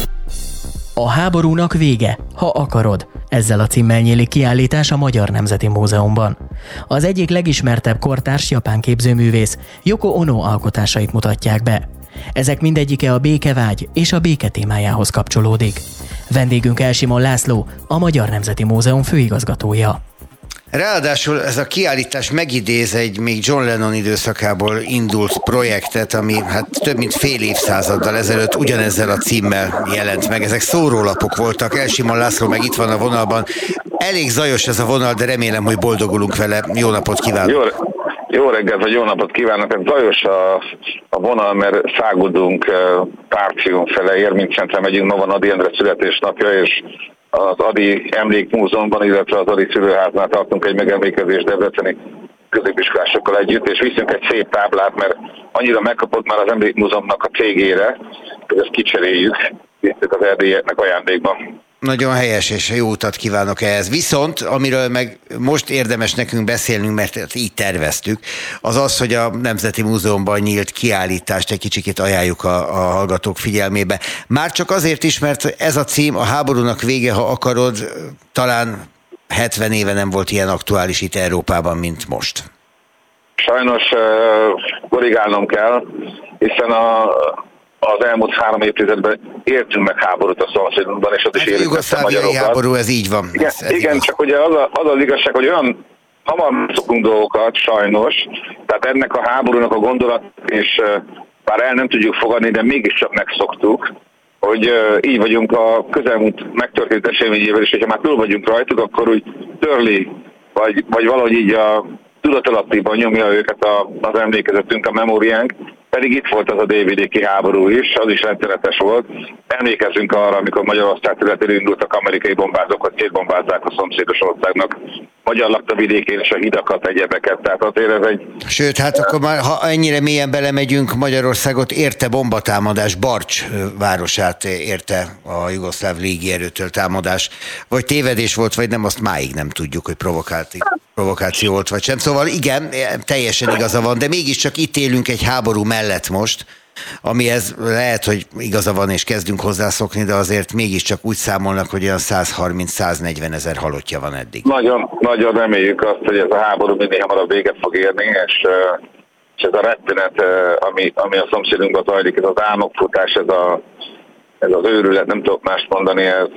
A háborúnak vége, ha akarod. Ezzel a címmel nyílik kiállítás a Magyar Nemzeti Múzeumban. Az egyik legismertebb kortárs japán képzőművész Yoko Ono alkotásait mutatják be. Ezek mindegyike a békevágy és a béke témájához kapcsolódik. Vendégünk Elsimon László, a Magyar Nemzeti Múzeum főigazgatója. Ráadásul ez a kiállítás megidéz egy még John Lennon időszakából indult projektet, ami hát több mint fél évszázaddal ezelőtt ugyanezzel a címmel jelent meg. Ezek szórólapok voltak. Elsimon László meg itt van a vonalban. Elég zajos ez a vonal, de remélem, hogy boldogulunk vele. Jó napot kívánok! Jó, jó reggelt, vagy jó napot kívánok! Ez zajos a, a vonal, mert szágudunk Párcium fele, Érménycentre megyünk, ma van Ady Endre születésnapja, és az Ady Emlékmúzeumban, illetve az Ady Szülőháznál tartunk egy megemlékezést debreceni középiskolásokkal együtt, és viszünk egy szép táblát, mert annyira megkapott már az Emlékmúzeumnak a cégére, hogy ezt kicseréljük, viszük az erdélyeknek ajándékban. Nagyon helyes, és jó utat kívánok ehhez. Viszont, amiről meg most érdemes nekünk beszélnünk, mert így terveztük, az az, hogy a Nemzeti Múzeumban nyílt kiállítást egy kicsikét ajánljuk a, a hallgatók figyelmébe. Már csak azért is, mert ez a cím, a háborúnak vége, ha akarod, talán hetven éve nem volt ilyen aktuális itt Európában, mint most. Sajnos uh, korrigálnom kell, hiszen a az elmúlt három évtizedben értünk meg háborút a szomszédunkban, és az is érintette a magyarokat. Háború, ez így van. Igen, ez, ez igen csak ugye az, a, az az igazság, hogy olyan hamar szokunk dolgokat, sajnos, tehát ennek a háborúnak a gondolat, és uh, bár el nem tudjuk fogadni, de mégiscsak megszoktuk, hogy uh, így vagyunk a közelmúlt megtörtént eseményével, és hogyha már túl vagyunk rajtuk, akkor úgy törli, vagy, vagy valahogy így a tudatalattiban nyomja őket a, az emlékezetünk, a memóriánk, pedig itt volt az a délvidéki háború is, az is rendszeretes volt. Emlékezzünk arra, amikor Magyarország területén indultak amerikai bombázók, hogy szétbombázzák a szomszédos országnak magyar lakta vidékén és a hidakat, egyebeket. Tehát azért ez egy... Sőt, hát akkor már, ha ennyire mélyen belemegyünk, Magyarországot érte bombatámadás, Barcs városát érte a jugoszláv légierőtől támadás. Vagy tévedés volt, vagy nem, azt máig nem tudjuk, hogy provokált, provokáció volt, vagy sem. Szóval igen, teljesen igaza van, de mégiscsak itt élünk egy háború mellett most, amihez lehet, hogy igaza van, és kezdünk hozzászokni, de azért mégiscsak úgy számolnak, hogy olyan százharminc-száznegyven ezer halottja van eddig. Nagyon, nagyon reméljük azt, hogy ez a háború minél hamarabb véget fog érni, és, és ez a rettenet, ami, ami a szomszédunkban zajlik, ez az álmokfutás, ez, a, ez az őrület, nem tudok mást mondani, ez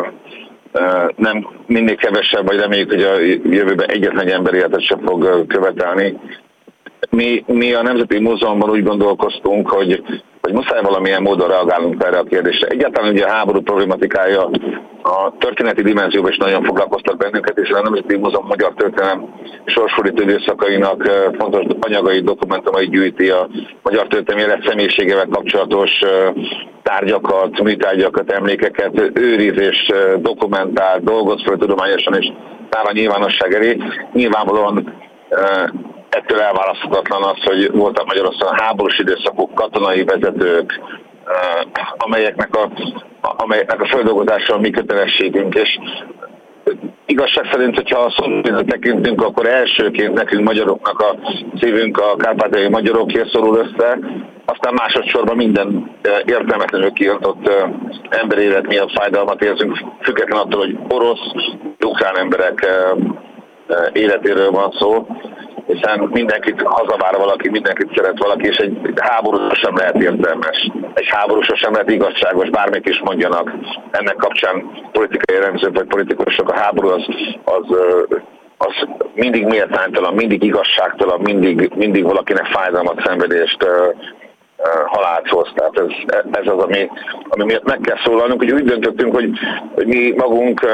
nem mindig kevesebb, vagy reméljük, hogy a jövőben egyetlen ember életet sem fog követelni. Mi, mi a Nemzeti Múzeumban úgy gondolkoztunk, hogy, hogy muszáj valamilyen módon reagálnunk erre a kérdésre. Egyáltalán ugye a háború problematikája a történeti dimenzióban is nagyon foglalkoztat bennünket, és a Nemzeti Múzeum magyar történelem sorsfordító időszakainak fontos anyagait, dokumentumait gyűjti a magyar történelmi élet személyiségével kapcsolatos tárgyakat, műtárgyakat, emlékeket őriz és dokumentál, dolgoz fel tudományosan, és tár a nyilvánosság elé. Nyilvánvalóan ettől elválaszthatatlan az, hogy voltak Magyarországon háborús időszakok, katonai vezetők, amelyeknek a, amelyeknek a földolgozása a mi kötelességünk, és igazság szerint, hogyha a szomszédnak tekintünk, akkor elsőként nekünk magyaroknak a szívünk a kárpátaljai magyarokért szorul össze, aztán másodszorban minden értelmetlenül kiadott emberi élet miatt fájdalmat érzünk, független attól, hogy orosz, ukrán emberek életéről van szó, hiszen mindenkit hazavár valaki, mindenkit szeret valaki, és egy háború sem lehet értelmes. Egy háború sem lehet igazságos, bármit is mondjanak. Ennek kapcsán politikai elemzők vagy politikusok, a háború az, az, az mindig méltánytalan, mindig igazságtalan, mindig, mindig valakinek fájdalmat, szenvedést, halált hoz. Tehát ez, ez az, ami, ami miatt meg kell szólalnunk. Úgy döntöttünk, hogy, hogy mi magunk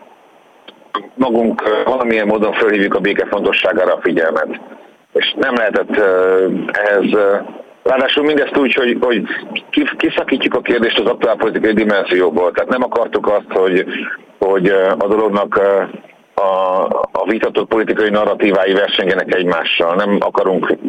magunk valamilyen módon fölhívjuk a béke fontosságára a figyelmet. És nem lehetett ehhez, ráadásul mindezt úgy, hogy, hogy kiszakítjuk a kérdést az aktuálpolitikai dimenzióból. Tehát nem akartuk azt, hogy, hogy a dolognak a, a vitatott politikai narratívái versengenek egymással. Nem akarunk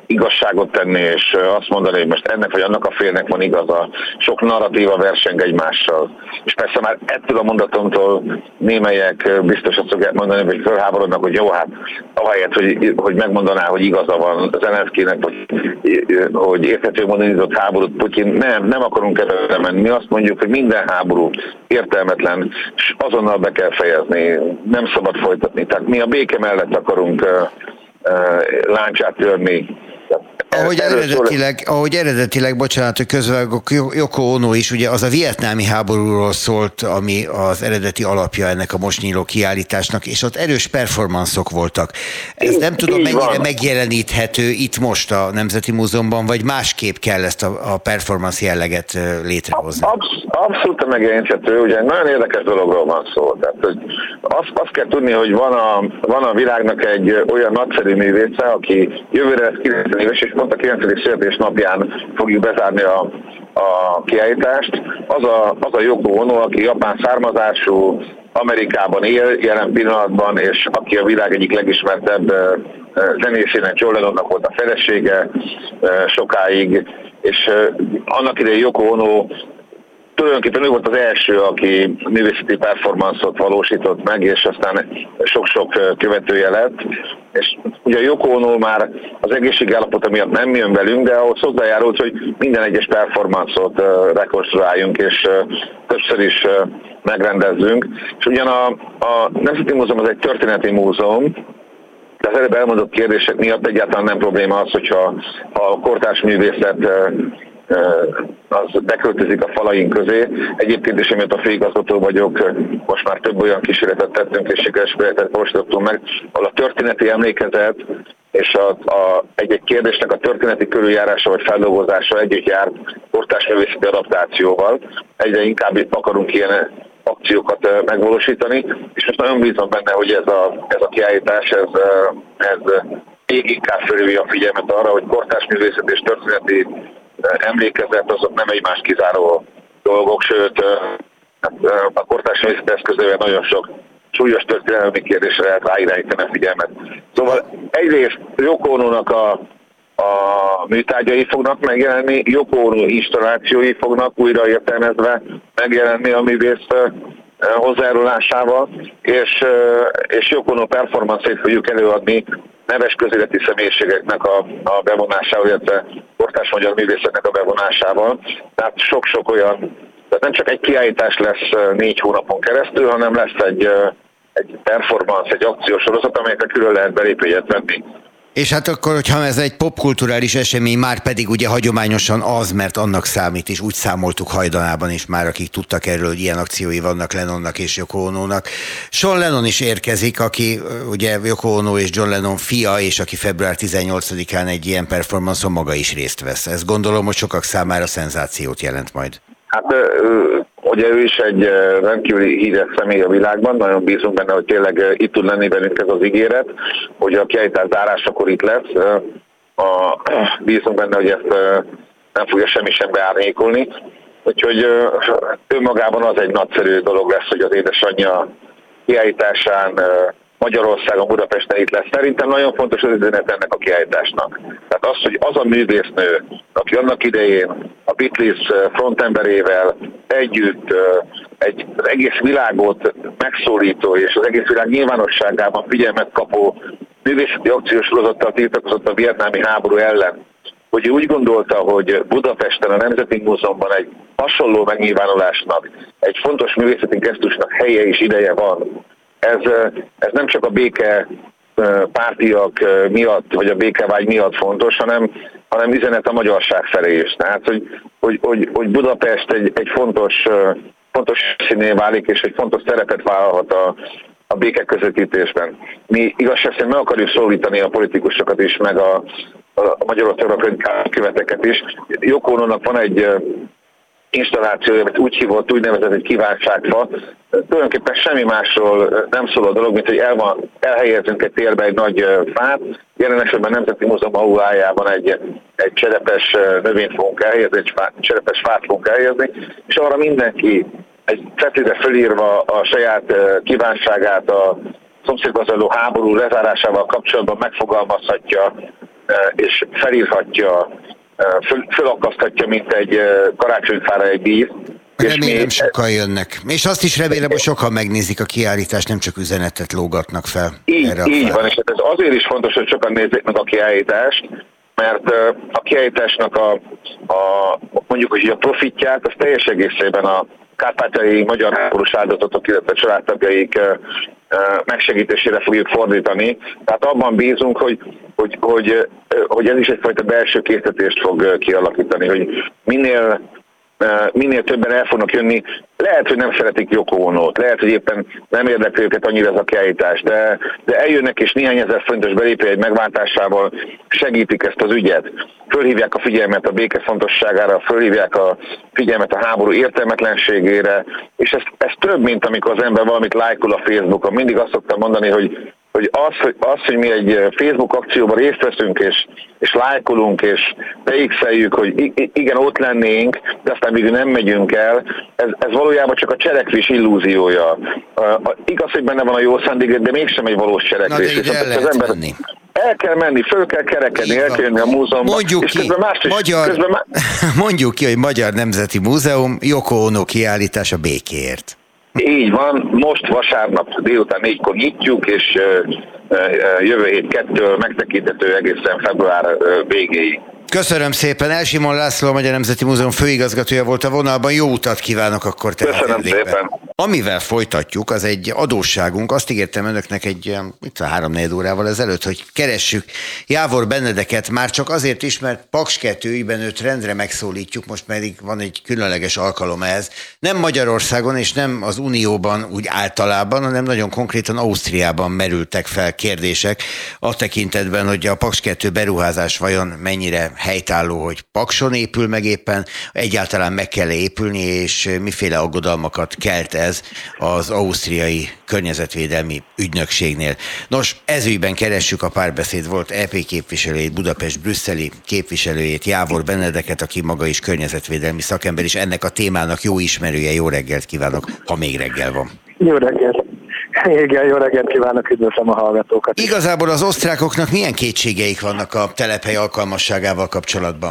igazságot tenni, és azt mondani, hogy most ennek vagy annak a félnek van igaza. Sok narratíva verseng egymással. És persze már ettől a mondatomtól némelyek biztos azt szokják mondani, hogy fölháborodnak, hogy jó, hát ahelyett, hogy, hogy megmondaná, hogy igaza van Zelenszkijnek, hogy, hogy érthető módon indított háborút Putyin. Nem, nem akarunk ebbe menni. Mi azt mondjuk, hogy minden háború értelmetlen, és azonnal be kell fejezni. Nem szabad folytatni. Tehát mi a béke mellett akarunk uh, uh, láncsát törni. Ahogy eredetileg, ahogy eredetileg, bocsánat, hogy közvágok, Yoko Ono is, ugye az a vietnámi háborúról szólt, ami az eredeti alapja ennek a most nyíló kiállításnak, és ott erős performanszok voltak. Ez nem tudom, mennyire megjeleníthető itt most a Nemzeti Múzeumban, vagy másképp kell ezt a, a performance jelleget létrehozni? Absz- abszolút megjeleníthető, ugye nagyon érdekes dologról van szó. Tehát, hogy azt, azt kell tudni, hogy van a, van a világnak egy olyan nagyszerű művésze, aki jövőre lesz kilencven éves, és pont a kilencedik születésnapján fogjuk bezárni a, a kiállítást. Az a, az a Yoko Ono, aki japán származású, Amerikában él jelen pillanatban, és aki a világ egyik legismertebb zenészének, John Lennonnak volt a felesége sokáig, és annak idején Yoko Ono tulajdonképpen ő volt az első, aki művészeti performance-ot valósított meg, és aztán sok-sok követője lett. És ugye a Yoko Ono már az egészségállapota miatt nem jön velünk, de ahhoz hozzájárult, hogy minden egyes performance-ot rekonstruáljunk, és többször is megrendezzünk. És ugyan a, a Nemzeti Múzeum az egy történeti múzeum, de az előbb elmondott kérdések miatt egyáltalán nem probléma az, hogyha ha a kortárs művészet az beköltözik a falaink közé. Egyébként is, amiatt a főigazgató vagyok, most már több olyan kísérletet tettünk, és sikeres projektet valósítottunk meg, ahol a történeti emlékezet és a, a, egy-egy kérdésnek a történeti körüljárása vagy feldolgozása együtt jár kortárs művészeti adaptációval. Egyre inkább itt akarunk ilyen akciókat megvalósítani, és most nagyon bízom benne, hogy ez a, ez a kiállítás, ez, ez még inkább felhívja a figyelmet arra, hogy kortárs művészet és történeti emlékezet azok nem egymást kizáró dolgok, sőt a kortárs művészet eszközével nagyon sok súlyos történelmi kérdésre lehet ráirányítani a figyelmet. Szóval egyrészt Yoko Onónak a, a műtárgyai fognak megjelenni, Yoko Ono installációi fognak újra értelmezve megjelenni a művész hozzájárulásával, és, és Yoko Ono performance-ét fogjuk előadni neves közéleti személyiségeknek a, a bevonásával, illetve kortárs magyar művészetnek a bevonásával. Tehát sok-sok olyan, tehát nem csak egy kiállítás lesz négy hónapon keresztül, hanem lesz egy, egy performance, egy akciósorozat, amelyekre külön lehet belépőjegyet venni. És hát akkor, hogyha ez egy popkulturális esemény, már pedig ugye hagyományosan az, mert annak számít, és úgy számoltuk hajdanában is már, akik tudtak erről, hogy ilyen akciói vannak Lennonnak és Yoko Onónak. Sean Lennon is érkezik, aki ugye Yoko Ono és John Lennon fia, és aki február tizennyolcadikán egy ilyen performance-on maga is részt vesz. Ez gondolom, hogy sokak számára szenzációt jelent majd. Hát ugye ő is egy rendkívüli híres személy a világban, nagyon bízunk benne, hogy tényleg itt tud lenni velünk ez az ígéret, hogy a kiállítás zárásakor itt lesz. A, bízunk benne, hogy ezt nem fogja semmi sem beárnyékolni. Úgyhogy önmagában az egy nagyszerű dolog lesz, hogy az édesanyja kiállításán Magyarországon, Budapesten itt lesz. Szerintem nagyon fontos az üzenet ennek a kiállításnak. Tehát az, hogy az a művésznő, aki annak idején a Beatles frontemberével együtt egy, az egész világot megszólító és az egész világ nyilvánosságában figyelmet kapó művészeti akciósorozattal tiltakozott a vietnámi háború ellen, hogy úgy gondolta, hogy Budapesten a Nemzeti Múzeumban egy hasonló megnyilvánulásnak, egy fontos művészeti gesztusnak helye és ideje van. Ez, ez nem csak a béke pártiak miatt, vagy a békevágy miatt fontos, hanem, hanem üzenet a magyarság felé is. Tehát, hogy, hogy, hogy, hogy Budapest egy, egy fontos, fontos színé válik, és egy fontos szerepet vállalhat a, a béke közvetítésben. Mi igazság szerint meg akarjuk szólítani a politikusokat is, meg a, a Magyarországra követeket is. Yoko Onónak van egy installációja, amit úgy hívott, úgynevezett egy kívánságfa. Tulajdonképpen semmi másról nem szól a dolog, mint hogy el van, elhelyezünk egy térbe egy nagy fát, jelen esetben a Nemzeti Múzeum aulájában egy, egy cserepes növényt fogunk elhelyezni, egy fát, cserepes fát fogunk elhelyezni, és arra mindenki egy cetlire fölírva a saját kívánságát a szomszédban zajló háború lezárásával kapcsolatban megfogalmazhatja, és felírhatja, föl, fölakaszthatja, mint egy karácsonyfára egy dísz. Remélem mi... sokan jönnek. És azt is remélem, hogy sokan megnézik a kiállítást, nem csak üzenetet lógatnak fel. Így, erre így van, és ez azért is fontos, hogy sokan nézzék meg a kiállítást, mert a kiállításnak a, a mondjuk, hogy a profitját, az teljes egészében a kárpátaljai magyar háborús áldozatok, illetve családtagjaik megsegítésére fogjuk fordítani. Tehát abban bízunk, hogy, hogy, hogy, hogy ez is egyfajta belső készítést fog kialakítani, hogy minél minél többen el fognak jönni. Lehet, hogy nem szeretik Yoko Onót, lehet, hogy éppen nem érdekli őket annyira ez a kiállítás, de, de eljönnek és néhány ezer forintos belépőjegy megváltásával segítik ezt az ügyet. Fölhívják a figyelmet a béke fontosságára, fölhívják a figyelmet a háború értelmetlenségére, és ez, ez több, mint amikor az ember valamit lájkol a Facebookon. Mindig azt szoktam mondani, hogy hogy az, hogy az, hogy mi egy Facebook akcióban részt veszünk, és, és lájkolunk, és beixeljük, hogy igen, ott lennénk, de aztán még nem megyünk el, ez, ez valójában csak a cselekvés illúziója. Uh, igaz, hogy benne van a jó szándék, de mégsem egy valós cselekvés. Na, de ide el lehet az ember... menni. El kell menni, föl kell kerekedni, el kell jönni a múzeumba. Mondjuk és ki, más is, magyar, má... mondjuk ki, hogy Magyar Nemzeti Múzeum, Yoko Ono kiállítás a békéért. Így van, most vasárnap délután négykor nyitjuk, és uh, uh, jövő hét kettől megtekinthető egészen február uh, végéig. Köszönöm szépen. Elsimon László, a Magyar Nemzeti Múzeum főigazgatója volt a vonalban. Jó utat kívánok akkor te. Köszönöm szépen. Amivel folytatjuk, az egy adósságunk. Azt ígértem önöknek egy itt a három-négy órával ezelőtt, hogy keressük Jávor Benedeket, már csak azért is, mert Paks kettő ügyben őt rendre megszólítjuk, most pedig van egy különleges alkalom ehhez. Nem Magyarországon és nem az Unióban úgy általában, hanem nagyon konkrétan Ausztriában merültek fel kérdések a tekintetben, hogy a Paks kettő beruházás vajon mennyire helytálló, hogy Pakson épül meg éppen, egyáltalán meg kell épülni, és miféle aggodalmakat kelt ez az ausztriai környezetvédelmi ügynökségnél. Nos, ezügyben keressük a Párbeszéd volt é pé képviselőjét, Budapest brüsszeli képviselőjét, Jávor Benedeket, aki maga is környezetvédelmi szakember, és ennek a témának jó ismerője. Jó reggelt kívánok, ha még reggel van. Jó reggelt. Igen, jó reggelt kívánok, üdvözlöm a hallgatókat. Igazából az osztrákoknak milyen kétségeik vannak a telephely alkalmasságával kapcsolatban?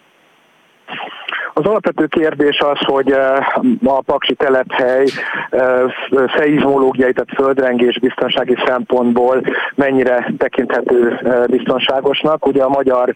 Az alapvető kérdés az, hogy a paksi telephely szeizmológiai, tehát földrengés biztonsági szempontból mennyire tekinthető biztonságosnak. Ugye a magyar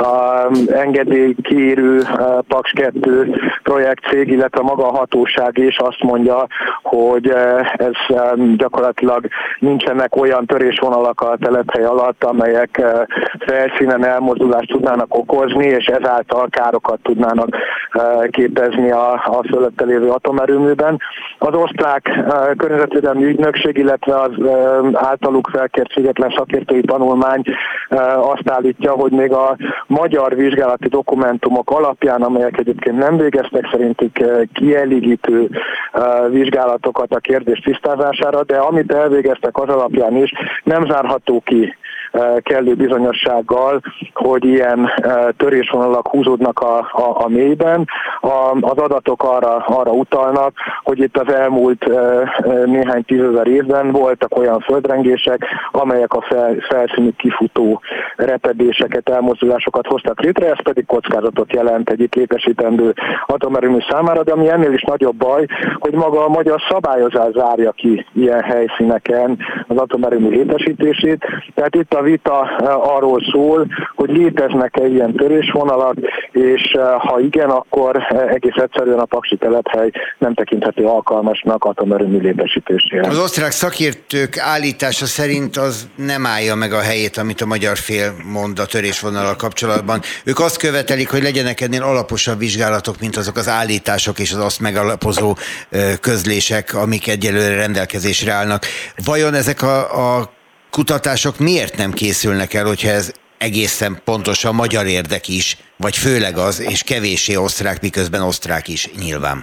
engedélykérő Paks kettő projektcég, illetve maga a hatóság is azt mondja, hogy ez gyakorlatilag nincsenek olyan törésvonalak a telephely alatt, amelyek felszínen elmozdulást tudnának okozni, és ezáltal károkat tudnának képezni a, a fölötte lévő atomerőműben. Az osztrák környezetvédelmi ügynökség, illetve az általuk felkért független szakértői tanulmány azt állítja, hogy még a magyar vizsgálati dokumentumok alapján, amelyek egyébként nem végeztek szerintük kielégítő vizsgálatokat a kérdés tisztázására, de amit elvégeztek az alapján is, nem zárható ki kellő bizonyossággal, hogy ilyen törésvonalak húzódnak a, a, a mélyben. A, az adatok arra, arra utalnak, hogy itt az elmúlt néhány tízezer évben voltak olyan földrengések, amelyek a fel, felszínű kifutó repedéseket, elmozdulásokat hoztak létre, ez pedig kockázatot jelent egy itt létesítendő atomerőmű számára, de ami ennél is nagyobb baj, hogy maga a magyar szabályozás zárja ki ilyen helyszíneken az atomerőmű létesítését. Tehát itt a vita arról szól, hogy léteznek-e ilyen törésvonalak, és ha igen, akkor egész egyszerűen a paksi telephely nem tekinthető alkalmasnak atomerőmű létesítésére. Az osztrák szakértők állítása szerint az nem állja meg a helyét, amit a magyar fél mond a törésvonallal kapcsolatban. Ők azt követelik, hogy legyenek ennél alaposabb vizsgálatok, mint azok az állítások és az azt megalapozó közlések, amik egyelőre rendelkezésre állnak. Vajon ezek a, a kutatások miért nem készülnek el, hogyha ez egészen pontosan magyar érdek is, vagy főleg az, és kevéssé osztrák, miközben osztrák is nyilván?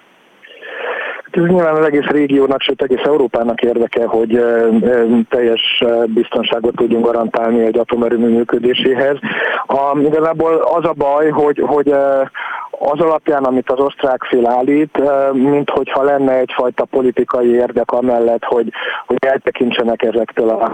Ez nyilván az egész régiónak, sőt egész Európának érdeke, hogy teljes biztonságot tudjunk garantálni egy atomerőmű működéséhez. A, igazából az a baj, hogy, hogy az alapján, amit az osztrák fél állít, minthogyha lenne egyfajta politikai érdek amellett, hogy, hogy eltekintsenek ezektől a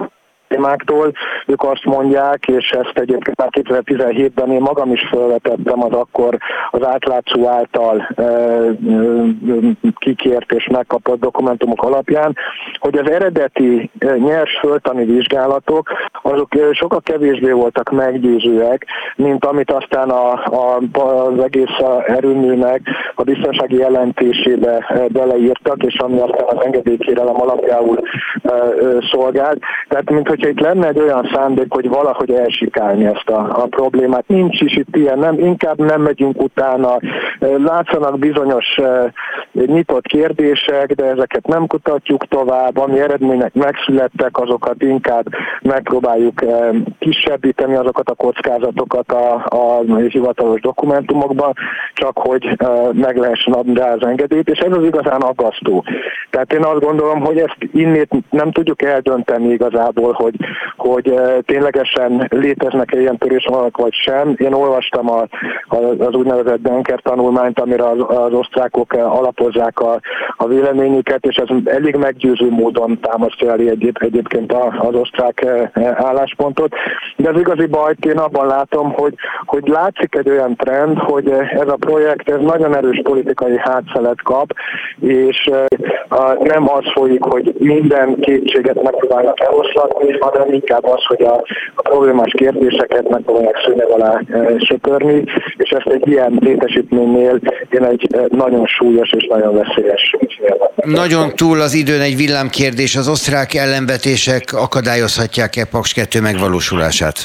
témáktól. Ők azt mondják, és ezt egyébként már kétezer-tizenhétben én magam is felvetettem az akkor az átlátszó által e, e, kikért és megkapott dokumentumok alapján, hogy az eredeti nyers földtani vizsgálatok azok sokkal kevésbé voltak meggyőzőek, mint amit aztán a, a, az egész erőműnek a biztonsági jelentésébe beleírtak, és ami aztán az engedélykérelem alapjául e, szolgált. Tehát, mint hogyha itt lenne egy olyan szándék, hogy valahogy elsikálni ezt a, a problémát. Nincs is itt ilyen, nem, inkább nem megyünk utána. Látszanak bizonyos e, nyitott kérdések, de ezeket nem kutatjuk tovább, ami eredmények megszülettek, azokat inkább megpróbáljuk e, kisebbíteni azokat a kockázatokat a, a hivatalos dokumentumokban, csak hogy e, meg lehessen adni rá az engedélyt, és ez az igazán aggasztó. Tehát én azt gondolom, hogy ezt innét nem tudjuk eldönteni igazából, hogy, hogy e, ténylegesen léteznek-e ilyen törésvonalak vagy sem. Én olvastam a, a, az úgynevezett Denker tanulmányt, amire az, az osztrákok alapozzák a, a véleményüket, és ez elég meggyőző módon támasztja elé egyéb, egyébként az osztrák álláspontot. De az igazi bajt én abban látom, hogy, hogy látszik egy olyan trend, hogy ez a projekt ez nagyon erős politikai hátszelet kap, és nem az folyik, hogy minden kétséget megpróbálnak eloszlatni, hanem inkább az, hogy a, a problémás kérdéseket megpróbálják szőnyeg alá söpörni, és ezt egy ilyen létesítménynél én egy nagyon súlyos és nagyon veszélyes ügyfélnek. Nagyon túl az időn egy villámkérdés, az osztrák ellenvetések akadályozhatják-e Paks kettő megvalósulását?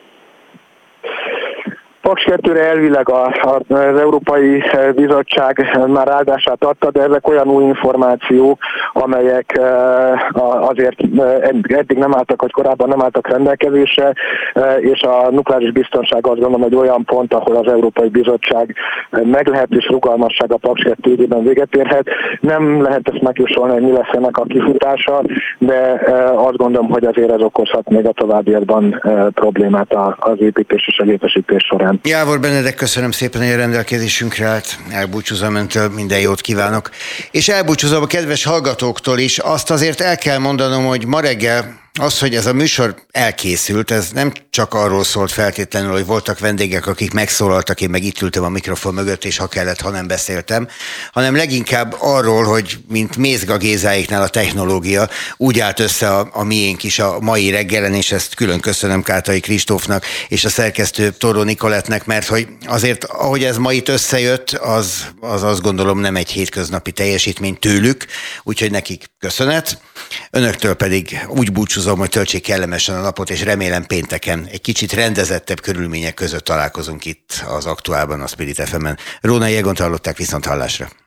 Paks kettőre elvileg a, a, az Európai Bizottság már áldását adta, de ezek olyan új információk, amelyek azért eddig nem álltak, vagy korábban nem álltak rendelkezésre, és a nukleáris biztonság azt gondolom egy olyan pont, ahol az Európai Bizottság meglehetős rugalmasság a Paks kettő ügyében véget érhet. Nem lehet ezt megjósolni, hogy mi lesz ennek a kifutása, de azt gondolom, hogy azért ez okozhat még a továbbiakban problémát az építés és a gépesítés során. Jávor Benedek, köszönöm szépen, hogy a rendelkezésünkre állt. Elbúcsúzom öntől, minden jót kívánok. És elbúcsúzom a kedves hallgatóktól is. Azt azért el kell mondanom, hogy ma reggel az, hogy ez a műsor elkészült, ez nem csak arról szólt feltétlenül, hogy voltak vendégek, akik megszólaltak, én meg itt ültem a mikrofon mögött, és ha kellett, ha nem beszéltem, hanem leginkább arról, hogy mint Mézga Gézáéknál a technológia úgy állt össze a, a miénk is a mai reggelen, és ezt külön köszönöm Kátai Kristófnak és a szerkesztő Toró Nikolettnek, mert hogy azért, ahogy ez ma itt összejött, az, az azt gondolom nem egy hétköznapi teljesítmény tőlük, úgyhogy nekik köszönet. Önöktől pedig úgy búcsúzom, hogy töltsék kellemesen a napot, és remélem pénteken egy kicsit rendezettebb körülmények között találkozunk itt az Aktuálban, a Spirit ef emen. Rónai Egont hallották, viszont hallásra.